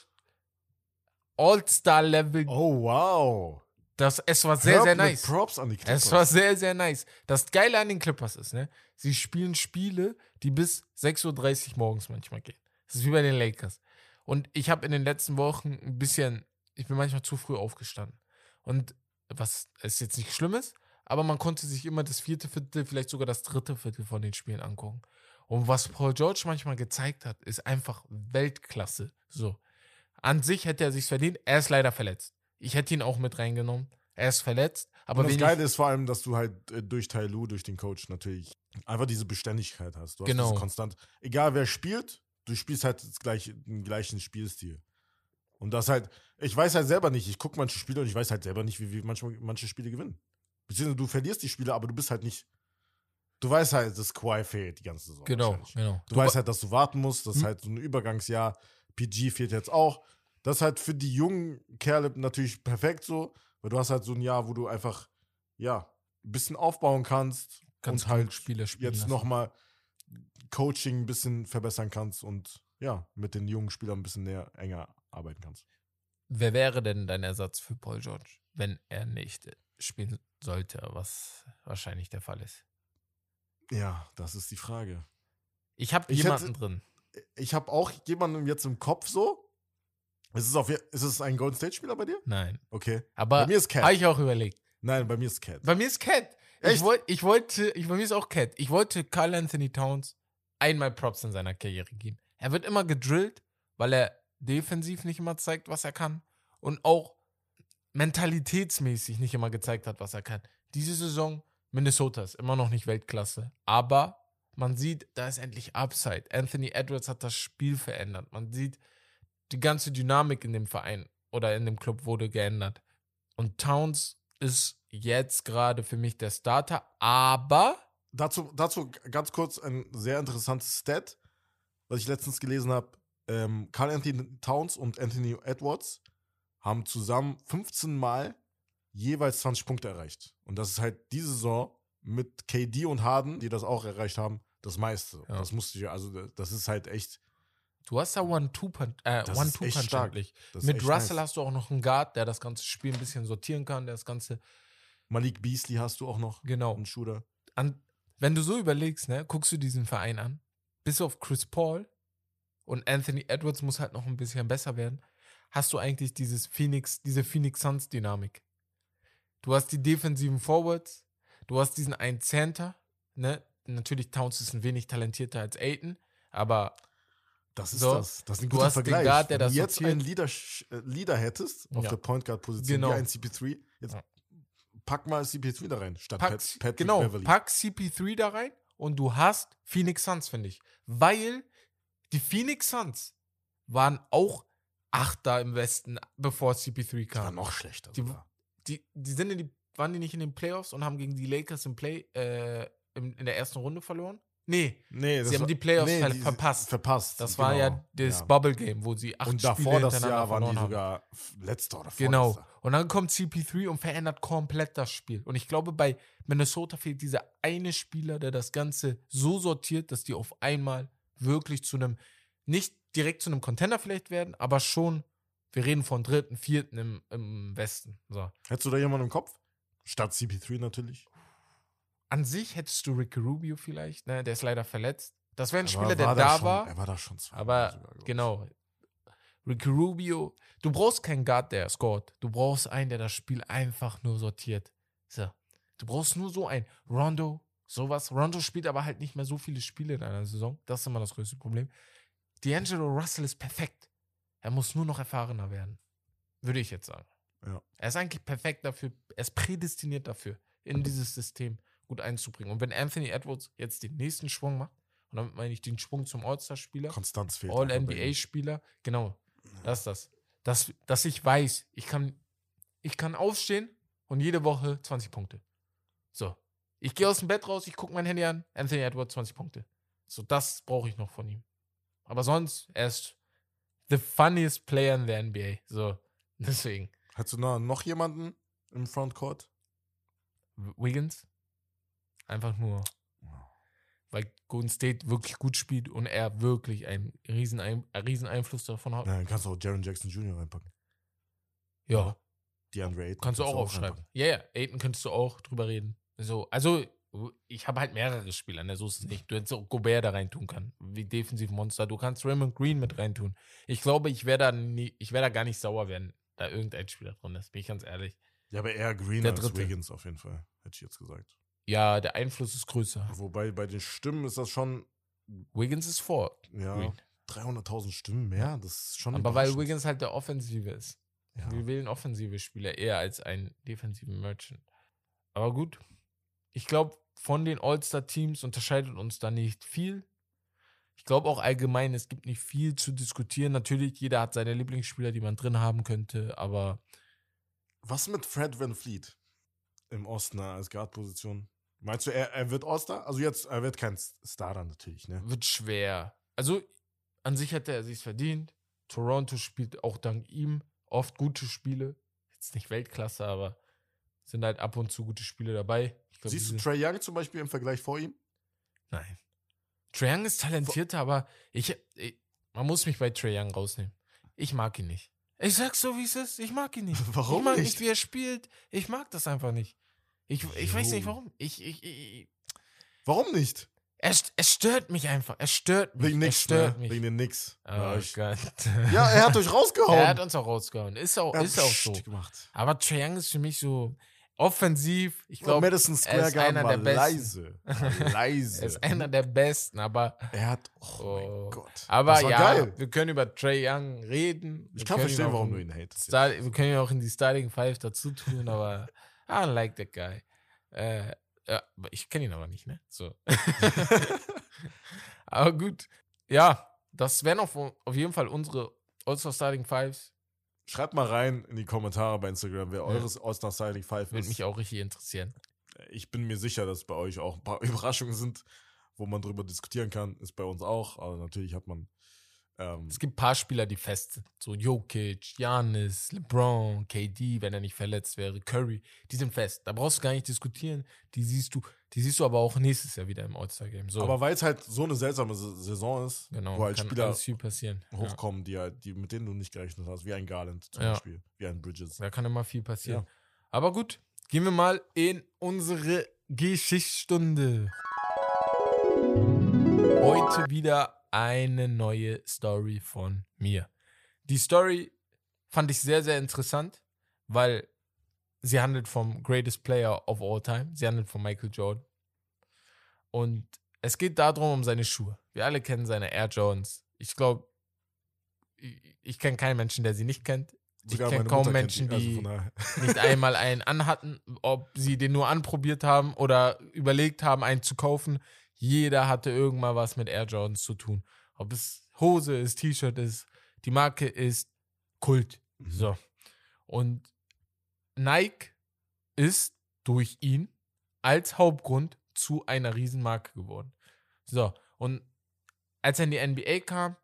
All-Star-Level, Oh, wow. das, es war sehr, Herb sehr mit nice. Props an die Clippers. Es war sehr, sehr nice. Das Geile an den Clippers ist, ne, sie spielen Spiele, die bis sechs Uhr dreißig morgens manchmal gehen. Das ist wie bei den Lakers. Und ich habe in den letzten Wochen ein bisschen, ich bin manchmal zu früh aufgestanden. Und was ist jetzt nicht Schlimmes, aber man konnte sich immer das vierte Viertel, vielleicht sogar das dritte Viertel von den Spielen angucken. Und was Paul George manchmal gezeigt hat, ist einfach Weltklasse. So. An sich hätte er sich's verdient. Er ist leider verletzt. Ich hätte ihn auch mit reingenommen. Er ist verletzt. Aber Und das wenig, Geile ist vor allem, dass du halt äh, durch Tai Lu, durch den Coach natürlich einfach diese Beständigkeit hast. Du hast Genau. diese konstant. Egal wer spielt, du spielst halt das gleiche, den gleichen Spielstil. Und das halt, ich weiß halt selber nicht, ich gucke manche Spiele und ich weiß halt selber nicht, wie, wie manchmal, manche Spiele gewinnen. Beziehungsweise du verlierst die Spiele, aber du bist halt nicht, du weißt halt, dass Kawhi fehlt die ganze Saison. Genau, wahrscheinlich. genau. Du weißt halt, dass du warten musst, das ist Hm. halt so ein Übergangsjahr. P G fehlt jetzt auch. Das ist halt für die jungen Kerle natürlich perfekt so, weil du hast halt so ein Jahr, wo du einfach, ja, ein bisschen aufbauen kannst Ganz und halt Spieler spielen jetzt lassen. nochmal Coaching ein bisschen verbessern kannst und ja, mit den jungen Spielern ein bisschen näher, enger arbeiten kannst. Wer wäre denn dein Ersatz für Paul George, wenn er nicht spielen sollte, was wahrscheinlich der Fall ist? Ja, das ist die Frage. Ich habe Ich jemanden hätte- drin. Ich habe auch jemanden jetzt im Kopf so. Ist es, auf, je- ist es ein Golden State-Spieler bei dir? Nein. Okay. Aber Bei mir ist Cat. habe ich auch überlegt. Nein, bei mir ist Cat. Bei mir ist Cat. Ich, Echt? wollt, ich wollte, ich, bei mir ist auch Cat. Ich wollte Karl Anthony Towns einmal Props in seiner Karriere geben. Er wird immer gedrillt, weil er defensiv nicht immer zeigt, was er kann und auch mentalitätsmäßig nicht immer gezeigt hat, was er kann. Diese Saison, Minnesota ist immer noch nicht Weltklasse, aber man sieht, da ist endlich Upside. Anthony Edwards hat das Spiel verändert. Man sieht, die ganze Dynamik in dem Verein oder in dem Club wurde geändert. Und Towns ist jetzt gerade für mich der Starter, aber Dazu, dazu ganz kurz ein sehr interessantes Stat, was ich letztens gelesen habe. Ähm, Karl Anthony Towns und Anthony Edwards haben zusammen fünfzehn Mal jeweils zwanzig Punkte erreicht. Und das ist halt diese Saison mit K D und Harden, die das auch erreicht haben, das meiste. Ja. Das musste ich, also das ist halt echt. du hast da One-Two-Punch, äh, Das ist echt One-Two-Punch stark. endlich. Das ist Mit echt Russell nice. hast du auch noch einen Guard, der das ganze Spiel ein bisschen sortieren kann, der das ganze, Malik Beasley hast du auch noch, genau. einen Shooter. An, wenn du so überlegst, ne, guckst du diesen Verein an, bis auf Chris Paul und Anthony Edwards muss halt noch ein bisschen besser werden, hast du eigentlich dieses Phoenix, diese Phoenix Suns Dynamik. Du hast die defensiven Forwards, du hast diesen einen Center, ne, natürlich Towns ist ein wenig talentierter als Ayton, aber Das ist So, das. Das ist ein du guter hast den Vergleich. Guard, der Wenn das du jetzt sortiert. einen Leader, äh, Leader hättest auf Ja. der Point Guard Position, Genau. wie ein C P drei, jetzt Ja. pack mal C P drei da rein, statt pack, Pat, Patrick genau, Beverly. pack C P drei da rein und du hast Phoenix Suns, finde ich. Weil die Phoenix Suns waren auch Achter im Westen, bevor C P drei Die war kam. noch schlechter. Die- sogar. Die, die sind in die, waren die nicht in den Playoffs und haben gegen die Lakers im Play, äh, im, in der ersten Runde verloren? Nee, Nee, das sie haben war- die Playoffs nee, ver die- verpasst. Verpasst. Das genau. war ja das Ja. Bubble Game, wo sie acht Und davor Spiele das hintereinander Jahr waren die verloren haben. sogar letzter oder Genau. vorletzter. Und dann kommt C P drei und verändert komplett das Spiel. Und ich glaube, bei Minnesota fehlt dieser eine Spieler, der das Ganze so sortiert, dass die auf einmal wirklich zu einem, nicht direkt zu einem Contender vielleicht werden, aber schon, wir reden von dritten, vierten im, im Westen. So. Hättest du da jemanden im Kopf? Statt C P drei natürlich. An sich hättest du Ricky Rubio vielleicht, ne? Der ist leider verletzt. Das wäre ein Aber Spieler, der war da schon, war. Er war da schon zwei Aber sogar, glaub ich. genau. Ricky Rubio, du brauchst keinen Guard, der scored. Du brauchst einen, der das Spiel einfach nur sortiert. So. Du brauchst nur so einen. Rondo, sowas. Rondo spielt aber halt nicht mehr so viele Spiele in einer Saison. Das ist immer das größte Problem. D'Angelo Russell ist perfekt. Er muss nur noch erfahrener werden. Würde ich jetzt sagen. Ja. Er ist eigentlich perfekt dafür. Er ist prädestiniert dafür, in dieses System gut einzubringen. Und wenn Anthony Edwards jetzt den nächsten Schwung macht, und damit meine ich den Schwung zum All-Star-Spieler, Konstanz fehlt. einfach bei All-N B ihm. A-Spieler, genau, das ist das. das. Dass ich weiß, ich kann, ich kann aufstehen und jede Woche zwanzig Punkte. So. Ich gehe aus dem Bett raus, ich gucke mein Handy an, Anthony Edwards zwanzig Punkte. So, das brauche ich noch von ihm. Aber sonst, er ist the funniest player in the N B A. So, deswegen. Hättest du noch, noch jemanden im Frontcourt? Wiggins. Einfach nur, weil Golden State wirklich gut spielt und er wirklich einen riesen, Ein einen riesen Einfluss davon hat. Ja, dann kannst du auch Jaren Jackson Junior reinpacken. Ja, DeAndre Ayton. kannst du auch aufschreiben. reinpacken. Ja, ja, Ayton könntest du auch drüber reden. So, also, ich habe halt mehrere Spieler, ne, so ist es nicht. Du hättest auch Gobert da reintun können, wie Defensivmonster. Du kannst Raymond Green mit reintun. Ich glaube, ich werde da, nie- ich werde da gar nicht sauer, wenn da irgendein Spieler drin ist, bin ich ganz ehrlich. Ja, aber eher Green Der als Dritte. Wiggins auf jeden Fall, hätte ich jetzt gesagt. Ja, der Einfluss ist größer. Wobei bei den Stimmen ist das schon, Wiggins ist vor ja, Green. dreihunderttausend Stimmen mehr. Das ist schon Aber weil überraschend. Wiggins halt der Offensive ist. Ja. Wir wählen offensive Spieler eher als einen defensiven Merchant. Aber gut. Ich glaube, von den All-Star-Teams unterscheidet uns da nicht viel. Ich glaube auch allgemein, es gibt nicht viel zu diskutieren. Natürlich, jeder hat seine Lieblingsspieler, die man drin haben könnte, aber Was mit Fred VanVleet im Osten als Guard-Position? Meinst du, er, er wird All-Star? Also jetzt, er wird kein Starter natürlich, ne? wird schwer. Also, an sich hätte er sich's verdient. Toronto spielt auch dank ihm oft gute Spiele. Jetzt nicht Weltklasse, aber sind halt ab und zu gute Spiele dabei. Ich glaub, Siehst du diese- Trae Young zum Beispiel im Vergleich vor ihm? Nein. Trae Young ist talentierter, aber ich, ich, man muss mich bei Trae Young rausnehmen. Ich mag ihn nicht. Ich sag's so, wie es ist. Ich mag ihn nicht. Warum ich mag nicht? nicht, wie er spielt. Ich mag das einfach nicht. Ich, ich weiß Jo. nicht, warum. Ich, ich, ich, Warum nicht? er, es stört mich einfach. Er stört mich. Wegen er nix, stört ne? mich. Wegen den Nix. Oh ja, ich, Gott. ja, er hat euch rausgehauen. Er hat uns auch rausgehauen. Ist auch, Er hat ist auch Psst so. gemacht. Aber Trae Young ist für mich so, offensiv, ich Und glaube, Madison er Square ist Garden einer war der Besten. leise. War leise. Er ist einer der Besten, aber Er hat, oh, oh. mein Gott. Aber das war ja, geil. wir können über Trae Young reden. Ich wir kann können verstehen, auch warum in du ihn hatest. Star- wir können ihn auch in die Starting Five dazu tun, aber I don't like that guy. Äh, ja, ich kenne ihn aber nicht, ne? So. Aber gut. Ja, das wären auf, auf jeden Fall unsere All-Star Starting Fives. Schreibt mal rein in die Kommentare bei Instagram, wer Ja. eures All-Star Starting Five Würde ist. mich auch richtig interessieren. Ich bin mir sicher, dass bei euch auch ein paar Überraschungen sind, wo man drüber diskutieren kann. Ist bei uns auch, aber natürlich hat man. Ähm, Es gibt ein paar Spieler, die fest sind. So Jokic, Giannis, LeBron, K D, wenn er nicht verletzt wäre, Curry, die sind fest. Da brauchst du gar nicht diskutieren. Die siehst du, die siehst du aber auch nächstes Jahr wieder im All-Star-Game. So, aber weil es halt so eine seltsame S- Saison ist, genau, wo halt kann Spieler alles viel passieren. hochkommen, die halt, die, mit denen du nicht gerechnet hast, wie ein Garland zum Ja. Beispiel, wie ein Bridges. Ja, da kann immer viel passieren. Ja. Aber gut, gehen wir mal in unsere Geschichtsstunde. Heute wieder eine neue Story von mir. Die Story fand ich sehr, sehr interessant, weil sie handelt vom Greatest Player of All Time. Sie handelt von Michael Jordan. Und es geht darum, um seine Schuhe. Wir alle kennen seine Air Jordans. Ich glaube, ich, ich kenne keinen Menschen, der sie nicht kennt. Ich Sogar kenne meine kaum Mutter kennt Menschen, die, also die von daher. nicht einmal einen anhatten, ob sie den nur anprobiert haben oder überlegt haben, einen zu kaufen. Jeder hatte irgendwann was mit Air Jordans zu tun. Ob es Hose ist, T-Shirt ist, die Marke ist Kult. Mhm. So. Und Nike ist durch ihn als Hauptgrund zu einer Riesenmarke geworden. So. Und als er in die N B A kam,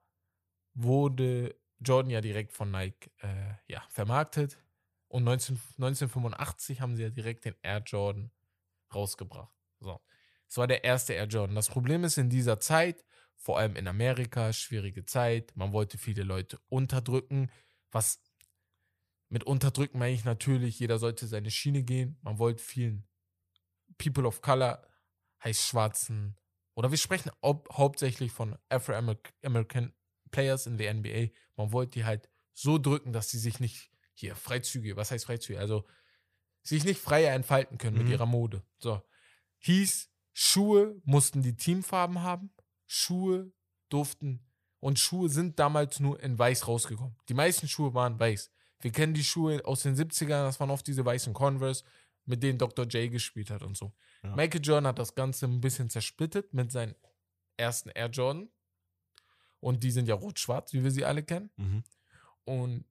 wurde Jordan ja direkt von Nike äh, ja, vermarktet. Und neunzehn, neunzehnhundertfünfundachtzig haben sie ja direkt den Air Jordan rausgebracht. So. Das war der erste Air Jordan. Das Problem ist, in dieser Zeit, vor allem in Amerika, schwierige Zeit, man wollte viele Leute unterdrücken. Was mit unterdrücken meine ich natürlich, jeder sollte seine Schiene gehen. Man wollte vielen People of Color, heißt Schwarzen, oder wir sprechen ob, hauptsächlich von Afro-American Players in der N B A. Man wollte die halt so drücken, dass sie sich nicht, hier, Freizüge, was heißt Freizüge? Also, sich nicht freier entfalten können Mhm. mit ihrer Mode. So. Hieß, Schuhe mussten die Teamfarben haben. Schuhe durften, und Schuhe sind damals nur in weiß rausgekommen. Die meisten Schuhe waren weiß. Wir kennen die Schuhe aus den siebzigern, das waren oft diese weißen Converse, mit denen Doktor J gespielt hat und so. Ja. Michael Jordan hat das Ganze ein bisschen zersplittet mit seinen ersten Air Jordan. Und die sind ja rot-schwarz, wie wir sie alle kennen. Mhm. Und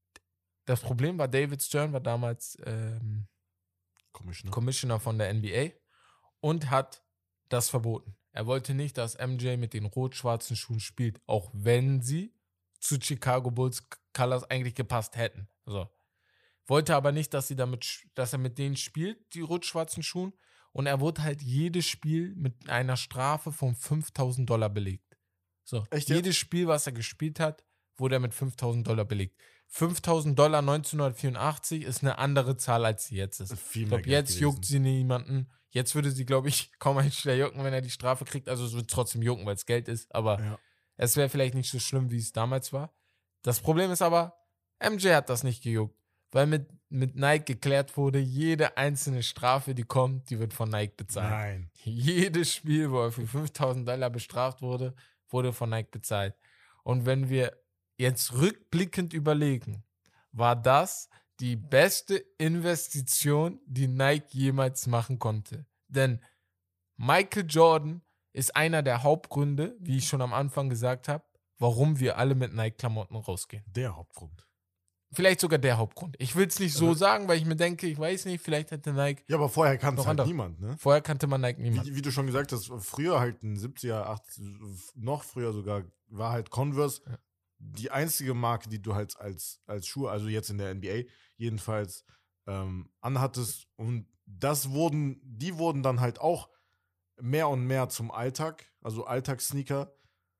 das Problem war, David Stern war damals ähm, Commissioner. Commissioner von der N B A und hat das verboten. Er wollte nicht, dass M J mit den rot-schwarzen Schuhen spielt, auch wenn sie zu Chicago Bulls Colors eigentlich gepasst hätten. So. Wollte aber nicht, dass sie damit, sch- dass er mit denen spielt, die rot-schwarzen Schuhen. Und er wurde halt jedes Spiel mit einer Strafe von fünftausend Dollar belegt. So. Echt jetzt? Jedes Spiel, was er gespielt hat, wurde er mit fünftausend Dollar belegt. fünftausend Dollar neunzehnhundertvierundachtzig ist eine andere Zahl, als sie jetzt ist. Viel Ich mehr glaube, Geld jetzt gewesen. juckt sie niemanden. Jetzt würde sie, glaube ich, kaum ein Spieler jucken, wenn er die Strafe kriegt. Also es wird trotzdem jucken, weil es Geld ist. Aber Ja. es wäre vielleicht nicht so schlimm, wie es damals war. Das Problem ist aber, M J hat das nicht gejuckt. Weil mit, mit Nike geklärt wurde, jede einzelne Strafe, die kommt, die wird von Nike bezahlt. Nein. Jedes Spiel, wo er für fünftausend Dollar bestraft wurde, wurde von Nike bezahlt. Und wenn wir jetzt rückblickend überlegen, war das die beste Investition, die Nike jemals machen konnte. Denn Michael Jordan ist einer der Hauptgründe, wie ich schon am Anfang gesagt habe, warum wir alle mit Nike-Klamotten rausgehen. Der Hauptgrund. Vielleicht sogar der Hauptgrund. Ich will es nicht so Aber- sagen, weil ich mir denke, ich weiß nicht, vielleicht hätte Nike, Ja, aber vorher kannte Noch es halt andere. niemand, ne? vorher kannte man Nike niemand. Wie, wie du schon gesagt hast, früher halt in den siebziger, achtziger, noch früher sogar, war halt Converse Ja. die einzige Marke, die du halt als, als Schuhe, also jetzt in der N B A jedenfalls, ähm, anhattest. Und das wurden, die wurden dann halt auch mehr und mehr zum Alltag, also Alltagssneaker.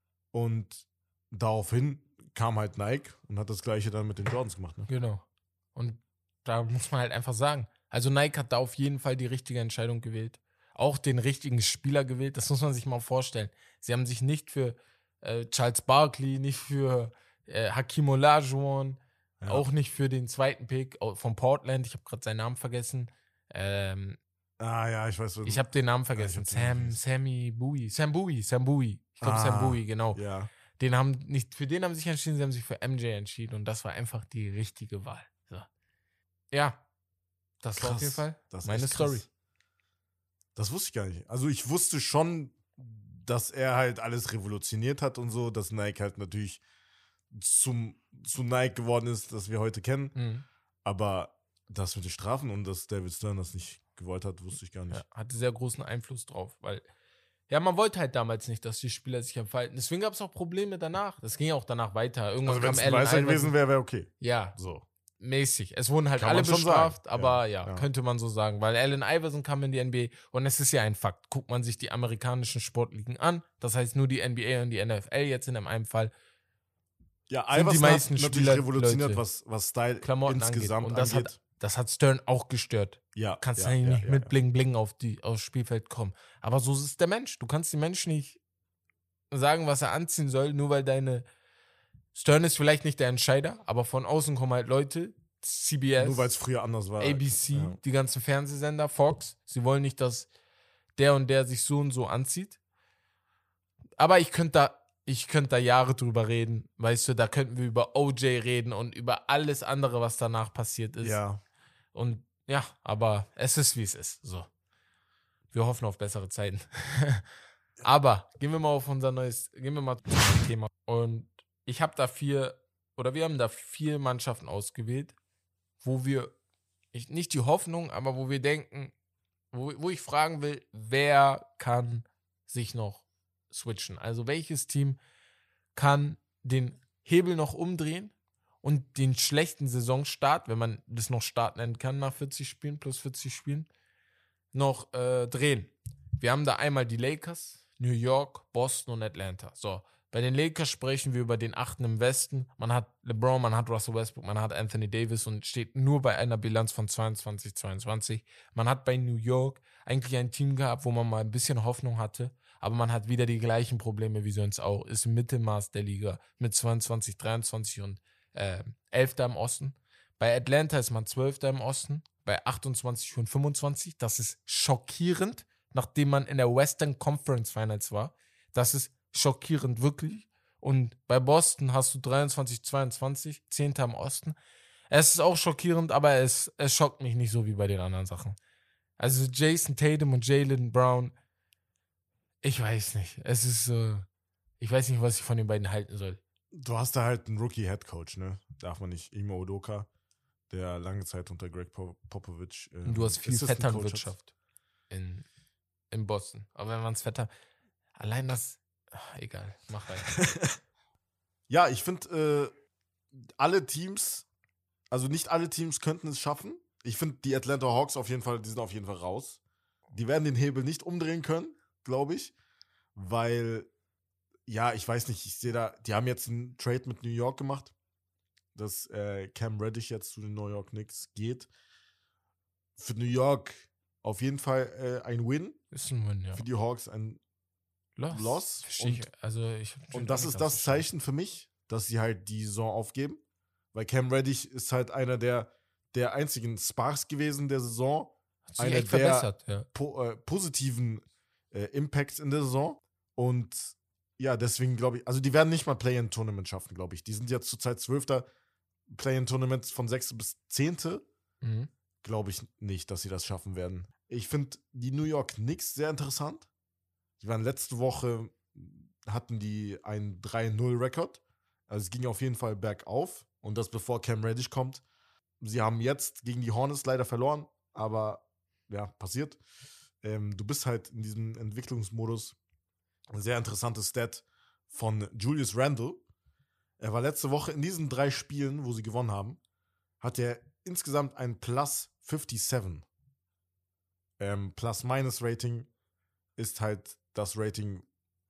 Und daraufhin kam halt Nike und hat das Gleiche dann mit den Jordans gemacht, ne? Genau. Und da muss man halt einfach sagen, also Nike hat da auf jeden Fall die richtige Entscheidung gewählt. Auch den richtigen Spieler gewählt. Das muss man sich mal vorstellen. Sie haben sich nicht für äh, Charles Barkley, nicht für äh, Hakeem Olajuwon, Ja. auch nicht für den zweiten Pick au- von Portland, ich habe gerade seinen Namen vergessen, Ähm, Ah ja, ich weiß. ich habe den Namen vergessen. Sam, Sammy Bowie. Sam Bowie, Sam Bowie. Ich glaube, ah, Sam Bowie, genau. Ja. Den haben nicht, für den haben sie sich entschieden, sie haben sich für M J entschieden und das war einfach die richtige Wahl. So. Ja, das krass, war auf jeden Fall meine Story. Das wusste ich gar nicht. Also ich wusste schon, dass er halt alles revolutioniert hat und so, dass Nike halt natürlich zum, zu Nike geworden ist, das wir heute kennen. Mhm. Aber das mit den Strafen und dass David Stern das nicht gewollt hat, wusste ich gar nicht. Ja, hatte sehr großen Einfluss drauf, weil ja, man wollte halt damals nicht, dass die Spieler sich entfalten. Deswegen gab es auch Probleme danach. Das ging ja auch danach weiter. Irgendwann also wenn es ein Weißer gewesen wäre, wäre okay. Ja, so mäßig. Es wurden halt Kann alle bestraft, aber ja, ja, ja, könnte man so sagen. Weil Allen Iverson kam in die N B A und es ist ja ein Fakt. Guckt man sich die amerikanischen Sportligen an, das heißt nur die N B A und die N F L jetzt in einem Fall. Ja, Iverson die meisten hat natürlich Spieler, revolutioniert, Leute, was, was Style Klamotten insgesamt angeht. Und das angeht. Hat, das hat Stern auch gestört. Ja, kannst ja, ja nicht ja, mit ja. Bling Bling auf die, aufs Spielfeld kommen. Aber so ist der Mensch. Du kannst dem Menschen nicht sagen, was er anziehen soll, nur weil deine Stern ist vielleicht nicht der Entscheider, aber von außen kommen halt Leute, C B S, nur weil es früher anders war. A B C, ja. Die ganzen Fernsehsender, Fox, sie wollen nicht, dass der und der sich so und so anzieht. Aber ich könnte da Ich könnte da Jahre drüber reden, weißt du, da könnten wir über O J reden und über alles andere, was danach passiert ist. Ja. Und ja, aber es ist, wie es ist. So. Wir hoffen auf bessere Zeiten. Aber gehen wir mal auf unser neues, gehen wir mal zum Thema. Und ich habe da vier, oder wir haben da vier Mannschaften ausgewählt, wo wir, ich, nicht die Hoffnung, aber wo wir denken, wo, wo ich fragen will, wer kann sich noch switchen? Also welches Team kann den Hebel noch umdrehen und den schlechten Saisonstart, wenn man das noch Start nennen kann, nach vierzig Spielen, plus vierzig Spielen, noch äh, drehen? Wir haben da einmal die Lakers, New York, Boston und Atlanta. So, bei den Lakers sprechen wir über den achten im Westen. Man hat LeBron, man hat Russell Westbrook, man hat Anthony Davis und steht nur bei einer Bilanz von zweiundzwanzig zweiundzwanzig. Man hat bei New York eigentlich ein Team gehabt, wo man mal ein bisschen Hoffnung hatte, aber man hat wieder die gleichen Probleme wie sonst auch. Ist im Mittelmaß der Liga mit zweiundzwanzig, dreiundzwanzig und äh, elfter im Osten. Bei Atlanta ist man zwölfter im Osten, bei achtundzwanzig und fünfundzwanzig. Das ist schockierend, nachdem man in der Western Conference Finals war. Das ist schockierend, wirklich. Und bei Boston hast du dreiundzwanzig, zweiundzwanzig, zehnter im Osten. Es ist auch schockierend, aber es, es schockt mich nicht so wie bei den anderen Sachen. Also Jason Tatum und Jaylen Brown, ich weiß nicht. Es ist so, ich weiß nicht, was ich von den beiden halten soll. Du hast da halt einen Rookie-Headcoach, ne? Darf man nicht. Imo Udoka, der lange Zeit unter Greg Popovich. Äh, und du hast viel Vetternwirtschaft in, in Boston. Aber wenn man es Vetter, allein das, ach, egal, mach weiter. Ja, ich finde, äh, alle Teams, also nicht alle Teams könnten es schaffen. Ich finde, die Atlanta Hawks auf jeden Fall, die sind auf jeden Fall raus. Die werden den Hebel nicht umdrehen können, glaube ich, weil, ja, ich weiß nicht, ich sehe da, die haben jetzt einen Trade mit New York gemacht, dass äh, Cam Reddish jetzt zu den New York Knicks geht. Für New York auf jeden Fall äh, ein Win. Ist ein Win, ja. Für die Hawks ein Loss. Loss. Und, ich, also ich und das ist das Zeichen für mich, dass sie halt die Saison aufgeben, weil Cam Reddish ist halt einer der, der einzigen Sparks gewesen der Saison. Hat sich einer echt der verbessert, ja. po, äh, positiven äh, Impacts in der Saison. Und ja, deswegen glaube ich, also die werden nicht mal Play-in-Tournament schaffen, glaube ich. Die sind jetzt zurzeit zwölfter Play-in-Tournaments von sechste bis zehnte Mhm. Glaube ich nicht, dass sie das schaffen werden. Ich finde die New York Knicks sehr interessant. Die waren letzte Woche, hatten die einen drei null Rekord. Also es ging auf jeden Fall bergauf. Und das bevor Cam Reddish kommt. Sie haben jetzt gegen die Hornets leider verloren. Aber ja, passiert. Ähm, du bist halt in diesem Entwicklungsmodus. Ein sehr interessantes Stat von Julius Randle. Er war letzte Woche in diesen drei Spielen, wo sie gewonnen haben, hat er insgesamt ein Plus siebenundfünfzig. Ähm, Plus-Minus-Rating ist halt das Rating,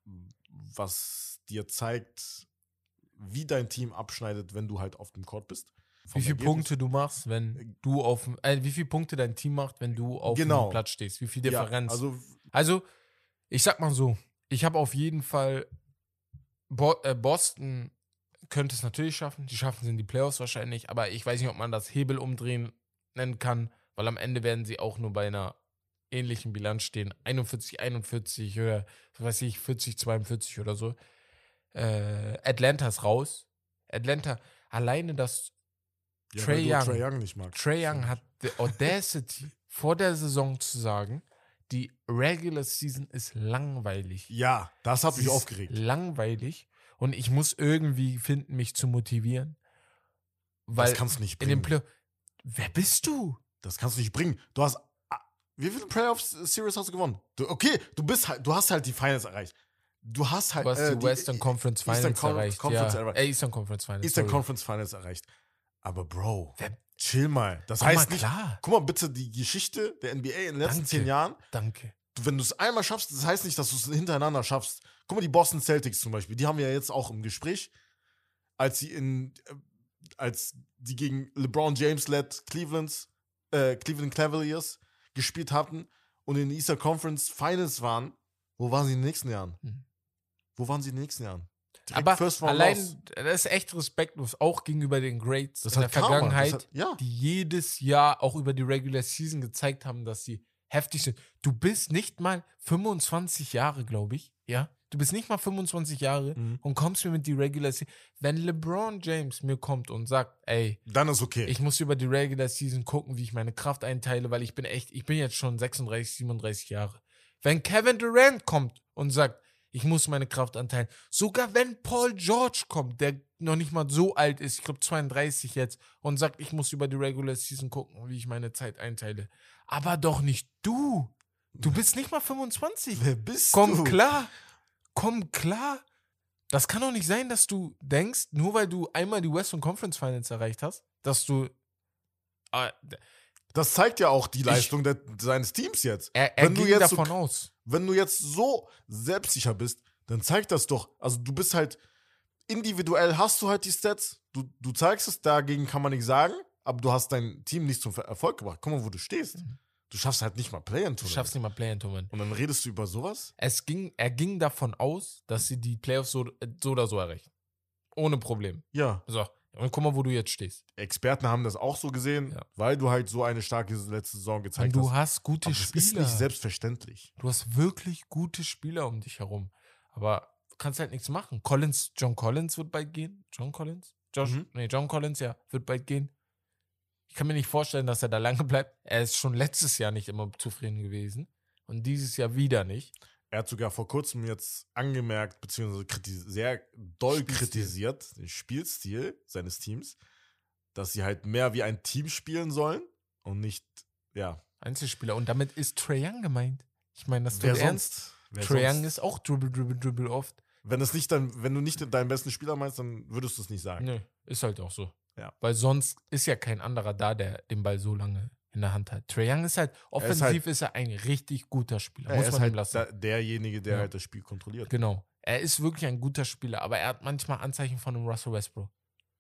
was dir zeigt, wie dein Team abschneidet, wenn du halt auf dem Court bist. Wie viele Punkte du machst, wenn du auf äh, wie viele Punkte dein Team macht, wenn du auf genau. dem Platz stehst. Wie viel Differenz. Ja, also, also, ich sag mal so, ich habe auf jeden Fall Bo- äh, Boston könnte es natürlich schaffen. Die schaffen es in die Playoffs wahrscheinlich, aber ich weiß nicht, ob man das Hebel umdrehen nennen kann, Weil am Ende werden sie auch nur bei einer ähnlichen Bilanz stehen. einundvierzig, einundvierzig oder, was weiß ich, vierzig, zweiundvierzig oder so. Äh, Atlanta ist raus. Atlanta, alleine das Ja, Trae weil du Young, Trae Young nicht magst. Trae Young hat the Audacity, vor der Saison zu sagen, die Regular Season ist langweilig. Ja, das hat Sie mich ist aufgeregt. langweilig und ich muss irgendwie finden, mich zu motivieren. Weil Das kannst du nicht in dem bringen. Play Wer bist du? Das kannst du nicht bringen. Du hast. Wie viele Playoff-Series hast du gewonnen? Du, okay, du bist halt, du hast halt die Finals erreicht. Du hast halt. Du hast äh, die Western Conference Finals Eastern Con- erreicht. Conference ja. erreicht. Äh, Eastern Conference Finals. Eastern sorry. Conference Finals erreicht. Aber Bro, Wer- chill mal. Das Komm heißt mal nicht. klar. Guck mal bitte die Geschichte der N B A in den letzten Danke. zehn Jahren. Danke. Du, wenn du es einmal schaffst, das heißt nicht, dass du es hintereinander schaffst. Guck mal, die Boston Celtics zum Beispiel, die haben wir ja jetzt auch im Gespräch, als sie in, äh, als die gegen LeBron James led Clevelands, äh, Cleveland Cavaliers gespielt hatten und in den Eastern Conference Finals waren. Wo waren sie in den nächsten Jahren? Hm. Wo waren sie in den nächsten Jahren? Direkt Aber First Round allein, loss. das ist echt respektlos, auch gegenüber den Greats Das in hat der Karma, das Vergangenheit, hat- ja. die jedes Jahr auch über die Regular Season gezeigt haben, dass sie heftig sind. Du bist nicht mal fünfundzwanzig Jahre, glaube ich, ja? Du bist nicht mal fünfundzwanzig Jahre Mhm. und kommst mir mit die Regular Season. Wenn LeBron James mir kommt und sagt, ey, Dann ist okay. ich muss über die Regular Season gucken, wie ich meine Kraft einteile, weil ich bin echt, ich bin jetzt schon sechsunddreißig, siebenunddreißig Jahre. Wenn Kevin Durant kommt und sagt, ich muss meine Kraft anteilen, sogar wenn Paul George kommt, der noch nicht mal so alt ist, ich glaube zweiunddreißig jetzt, und sagt, ich muss über die Regular Season gucken, wie ich meine Zeit einteile. Aber doch nicht du. Du bist nicht mal fünfundzwanzig. Wer bist Komm du? klar. Komm klar. Das kann doch nicht sein, dass du denkst, nur weil du einmal die Western Conference Finals erreicht hast, dass du. Äh, Das zeigt ja auch die Leistung der, seines Teams jetzt. er er Wenn du ging jetzt so- davon aus. Wenn du jetzt so selbstsicher bist, dann zeigt das doch. Also du bist halt individuell, hast du halt die Stats, du, du zeigst es, dagegen kann man nichts sagen, aber du hast dein Team nicht zum Erfolg gebracht. Guck mal, wo du stehst. Du schaffst halt nicht mal Du Play-in-Tournament. schaffst nicht mal Play-in-Tournament. Und dann redest du über sowas? Es ging, er ging davon aus, dass sie die Playoffs so, so oder so erreichen. Ohne Problem. Ja. So, und guck mal, wo du jetzt stehst. Experten haben das auch so gesehen, Ja. weil du halt so eine starke letzte Saison Und gezeigt du hast. hast gute Aber es ist Spieler. nicht selbstverständlich. Du hast wirklich gute Spieler um dich herum. Aber du kannst halt nichts machen. Collins, John Collins wird bald gehen. John Collins? Josh? Mhm. Nee, John Collins, ja, wird bald gehen. Ich kann mir nicht vorstellen, dass er da lange bleibt. Er ist schon letztes Jahr nicht immer zufrieden gewesen. Und dieses Jahr wieder nicht. Er hat sogar vor kurzem jetzt angemerkt, beziehungsweise kritis- sehr doll Spielstil. kritisiert, den Spielstil seines Teams, dass sie halt mehr wie ein Team spielen sollen und nicht, ja, Einzelspieler. Und damit ist Trae Young gemeint. Ich meine, das wer tut ernst. sonst? Wer Trae Young sonst? ist auch Dribble, Dribble, Dribble oft. Wenn, es nicht dein, wenn du nicht deinen besten Spieler meinst, dann würdest du es nicht sagen. Nö, ist halt auch so. Ja. Weil sonst ist ja kein anderer da, der den Ball so lange in der Hand hat. Trae Young ist halt, offensiv ist, halt, ist er ein richtig guter Spieler. Ja, muss er ist man ihm halt lassen. da, derjenige, der Ja. halt das Spiel kontrolliert. Genau. Er ist wirklich ein guter Spieler, aber er hat manchmal Anzeichen von einem Russell Westbrook.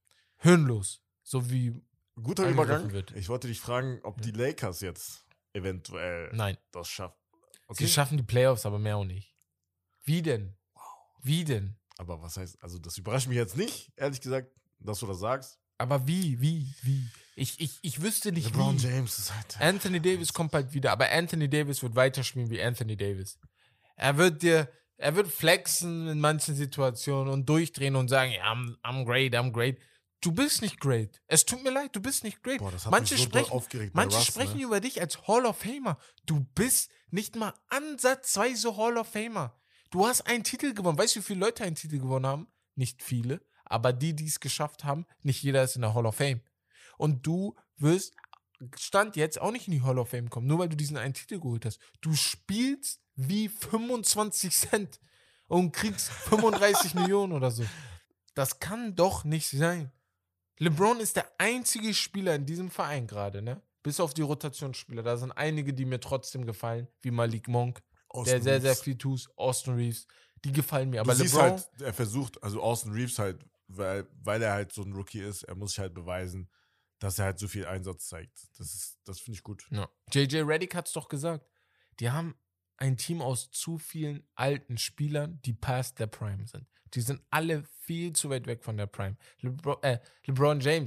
Hirnlos. So wie, Guter angegriffen Übergang. wird. Ich wollte dich fragen, ob die Lakers jetzt eventuell nein. das schaffen. Sie schaffen die Playoffs, aber mehr auch nicht. Wie denn? Wie denn? Aber was heißt, also das überrascht mich jetzt nicht, ehrlich gesagt, dass du das sagst. Aber wie, wie, wie? Ich, ich, ich wüsste nicht LeBron wie. James ist halt. Anthony Davis kommt bald wieder, aber Anthony Davis wird weiterspielen wie Anthony Davis. Er wird dir, er wird flexen in manchen Situationen und durchdrehen und sagen, ja, I'm, I'm great, I'm great. Du bist nicht great. Es tut mir leid, du bist nicht great. Boah, das hat manche mich so doll sprechen, aufgeregt bei manche Russ, sprechen ne? über dich als Hall of Famer. Du bist nicht mal ansatzweise Hall of Famer. Du hast einen Titel gewonnen. Weißt du, wie viele Leute einen Titel gewonnen haben? Nicht viele, aber die, die es geschafft haben, nicht jeder ist in der Hall of Fame. Und du wirst Stand jetzt auch nicht in die Hall of Fame kommen, nur weil du diesen einen Titel geholt hast. Du spielst wie fünfundzwanzig Cent und kriegst fünfunddreißig Millionen oder so. Das kann doch nicht sein. LeBron ist der einzige Spieler in diesem Verein gerade, ne? Bis auf die Rotationsspieler. Da sind einige, die mir trotzdem gefallen, wie Malik Monk, Austin der sehr, sehr Reeves. viel tut, Austin Reeves. Die gefallen mir. Du Aber siehst LeBron, halt, er versucht, also Austin Reeves halt, weil, weil er halt so ein Rookie ist, er muss sich halt beweisen, dass er halt so viel Einsatz zeigt. Das ist, das finde ich gut. ja. J J Redick hat es doch gesagt. Die haben ein Team aus zu vielen alten Spielern, die past der Prime sind. Die sind alle viel zu weit weg von der Prime. Lebron, äh, LeBron James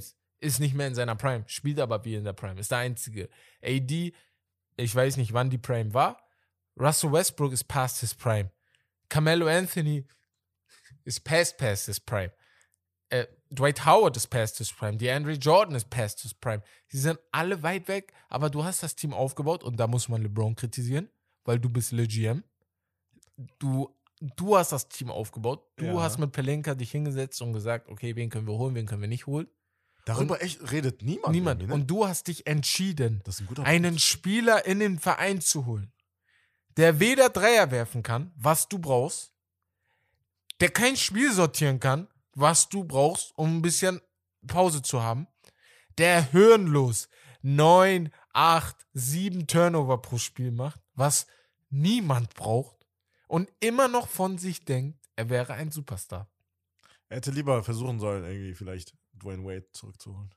ist nicht mehr in seiner Prime, spielt aber wie in der Prime, ist der Einzige. A D, ich weiß nicht, wann die Prime war. Russell Westbrook ist past his Prime. Carmelo Anthony ist past past his Prime. Äh, Dwight Howard ist past his Prime. DeAndre Jordan ist past his Prime. Sie sind alle weit weg, aber du hast das Team aufgebaut und da muss man LeBron kritisieren, weil du bist Le G M. Du, du hast das Team aufgebaut. Du Ja. hast mit Pelinka dich hingesetzt und gesagt, okay, wen können wir holen, wen können wir nicht holen. Darüber echt redet niemand. Niemand. irgendwie, ne? Und du hast dich entschieden, Das ist ein guter einen Punkt. Spieler in den Verein zu holen, der weder Dreier werfen kann, was du brauchst, der kein Spiel sortieren kann, was du brauchst, um ein bisschen Pause zu haben, der hirnlos neun, acht, sieben Turnover pro Spiel macht, was niemand braucht und immer noch von sich denkt, er wäre ein Superstar. Er hätte lieber versuchen sollen, irgendwie vielleicht Dwayne Wade zurückzuholen.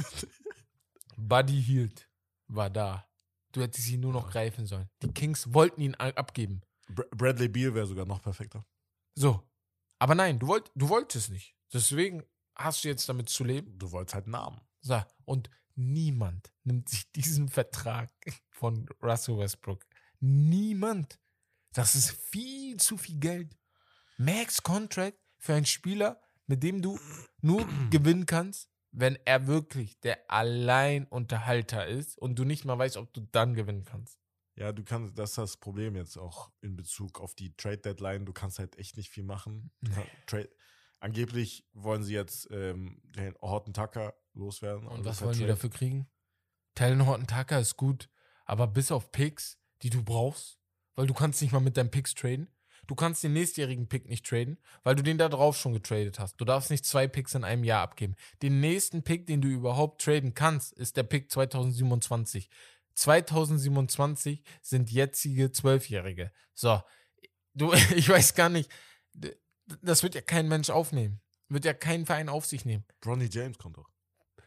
Buddy Hield war da. Du hättest ihn nur noch greifen sollen. Die Kings wollten ihn a- abgeben. Br- Bradley Beal wäre sogar noch perfekter. So. Aber nein, du, wollt, du wolltest nicht. Deswegen hast du jetzt damit zu leben. Du wolltest halt einen Namen. So. Und niemand nimmt sich diesen Vertrag von Russell Westbrook. Niemand. Das ist viel zu viel Geld. Max Contract für einen Spieler, mit dem du nur gewinnen kannst, wenn er wirklich der Alleinunterhalter ist und du nicht mal weißt, ob du dann gewinnen kannst. Ja, du kannst, das ist das Problem jetzt auch in Bezug auf die Trade-Deadline. Du kannst halt echt nicht viel machen. Du kann, Trade, angeblich wollen sie jetzt ähm, den Horton Tucker loswerden. Und das was halt wollen die Trade- dafür kriegen? Talon Horton Tucker ist gut, aber bis auf Picks, die du brauchst, weil du kannst nicht mal mit deinen Picks traden. Du kannst den nächstjährigen Pick nicht traden, weil du den da drauf schon getradet hast. Du darfst nicht zwei Picks in einem Jahr abgeben. Den nächsten Pick, den du überhaupt traden kannst, ist der Pick zwanzig siebenundzwanzig. zwanzig siebenundzwanzig sind jetzige Zwölfjährige. So, du, ich weiß gar nicht, das wird ja kein Mensch aufnehmen. Wird ja kein Verein auf sich nehmen. Bronny James kommt doch.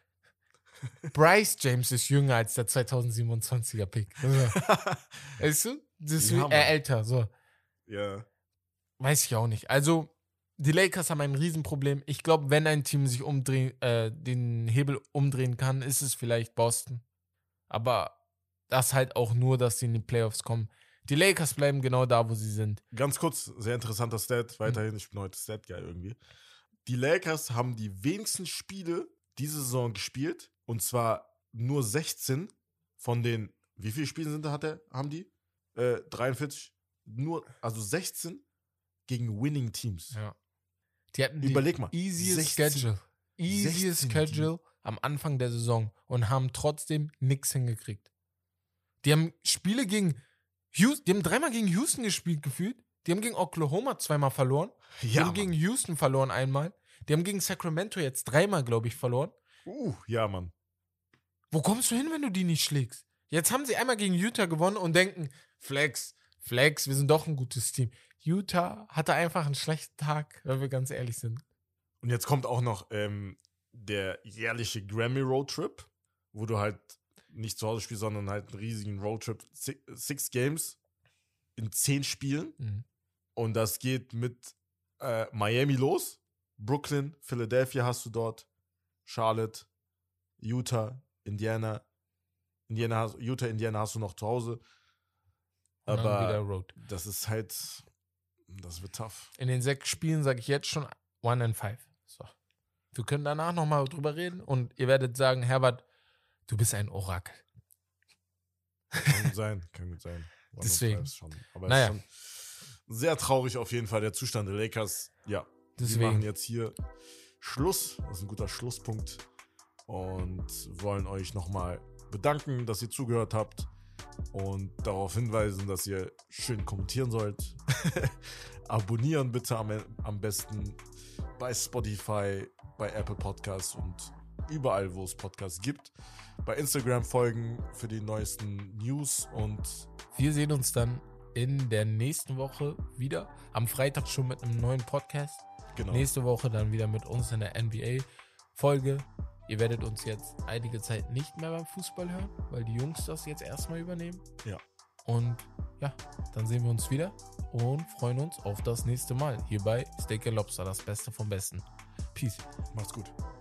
Bryce James ist jünger als der zwanzig siebenundzwanziger Pick. Also, weißt du? Das ist Ja, wie- Mann. äh, älter, so. Ja. Weiß ich auch nicht. Also, die Lakers haben ein Riesenproblem. Ich glaube, wenn ein Team sich umdrehen, äh, den Hebel umdrehen kann, ist es vielleicht Boston. Aber das halt auch nur, dass sie in die Playoffs kommen. Die Lakers bleiben genau da, wo sie sind. Ganz kurz, sehr interessanter Stat. Weiterhin, ich bin heute Stat-Geil irgendwie. Die Lakers haben die wenigsten Spiele diese Saison gespielt. Und zwar nur sechzehn von den, wie viele Spiele sind da, hat er, haben die? Äh, dreiundvierzig. Nur, also sechzehn gegen Winning Teams. Ja. Die hatten Überleg mal. die easiest sechzehn Schedule. Easiest sechzehn Schedule am Anfang der Saison und haben trotzdem nichts hingekriegt. Die haben Spiele gegen Houston, die haben dreimal gegen Houston gespielt gefühlt. Die haben gegen Oklahoma zweimal verloren. Die Ja, haben Mann. gegen Houston verloren einmal. Die haben gegen Sacramento jetzt dreimal, glaube ich, verloren. Uh, ja, Mann. Wo kommst du hin, wenn du die nicht schlägst? Jetzt haben sie einmal gegen Utah gewonnen und denken, Flex, Flex, wir sind doch ein gutes Team. Utah hatte einfach einen schlechten Tag, wenn wir ganz ehrlich sind. Und jetzt kommt auch noch ähm, der jährliche Grammy Roadtrip, wo du halt nicht zu Hause spielst, sondern halt einen riesigen Roadtrip, six, six Games in zehn Spielen. Mhm. Und das geht mit äh, Miami los, Brooklyn, Philadelphia hast du dort, Charlotte, Utah, Indiana, Indiana hast, Utah, Indiana hast du noch zu Hause. Und dann wieder Aber Road. das ist halt, das wird tough. In den sechs Spielen sage ich jetzt schon one and five. So. Wir können danach nochmal drüber reden und ihr werdet sagen, Herbert, du bist ein Orakel. Kann gut sein, kann gut sein. One Deswegen. of five ist schon, aber Naja. es ist schon sehr traurig auf jeden Fall, der Zustand der Lakers. Ja, wir Deswegen. machen jetzt hier Schluss. Das ist ein guter Schlusspunkt. Und wollen euch nochmal bedanken, dass ihr zugehört habt. Und darauf hinweisen, dass ihr schön kommentieren sollt. Abonnieren bitte am, am besten bei Spotify, bei Apple Podcasts und überall, wo es Podcasts gibt. Bei Instagram folgen für die neuesten News und Wir sehen uns dann in der nächsten Woche wieder. Am Freitag schon mit einem neuen Podcast. genau. Nächste Woche dann wieder mit uns in der N B A-Folge. Ihr werdet uns jetzt einige Zeit nicht mehr beim Fußball hören, weil die Jungs das jetzt erstmal übernehmen. Ja. Und ja, dann sehen wir uns wieder und freuen uns auf das nächste Mal hier bei Steak and Lobster, das Beste vom Besten. Peace. Macht's gut.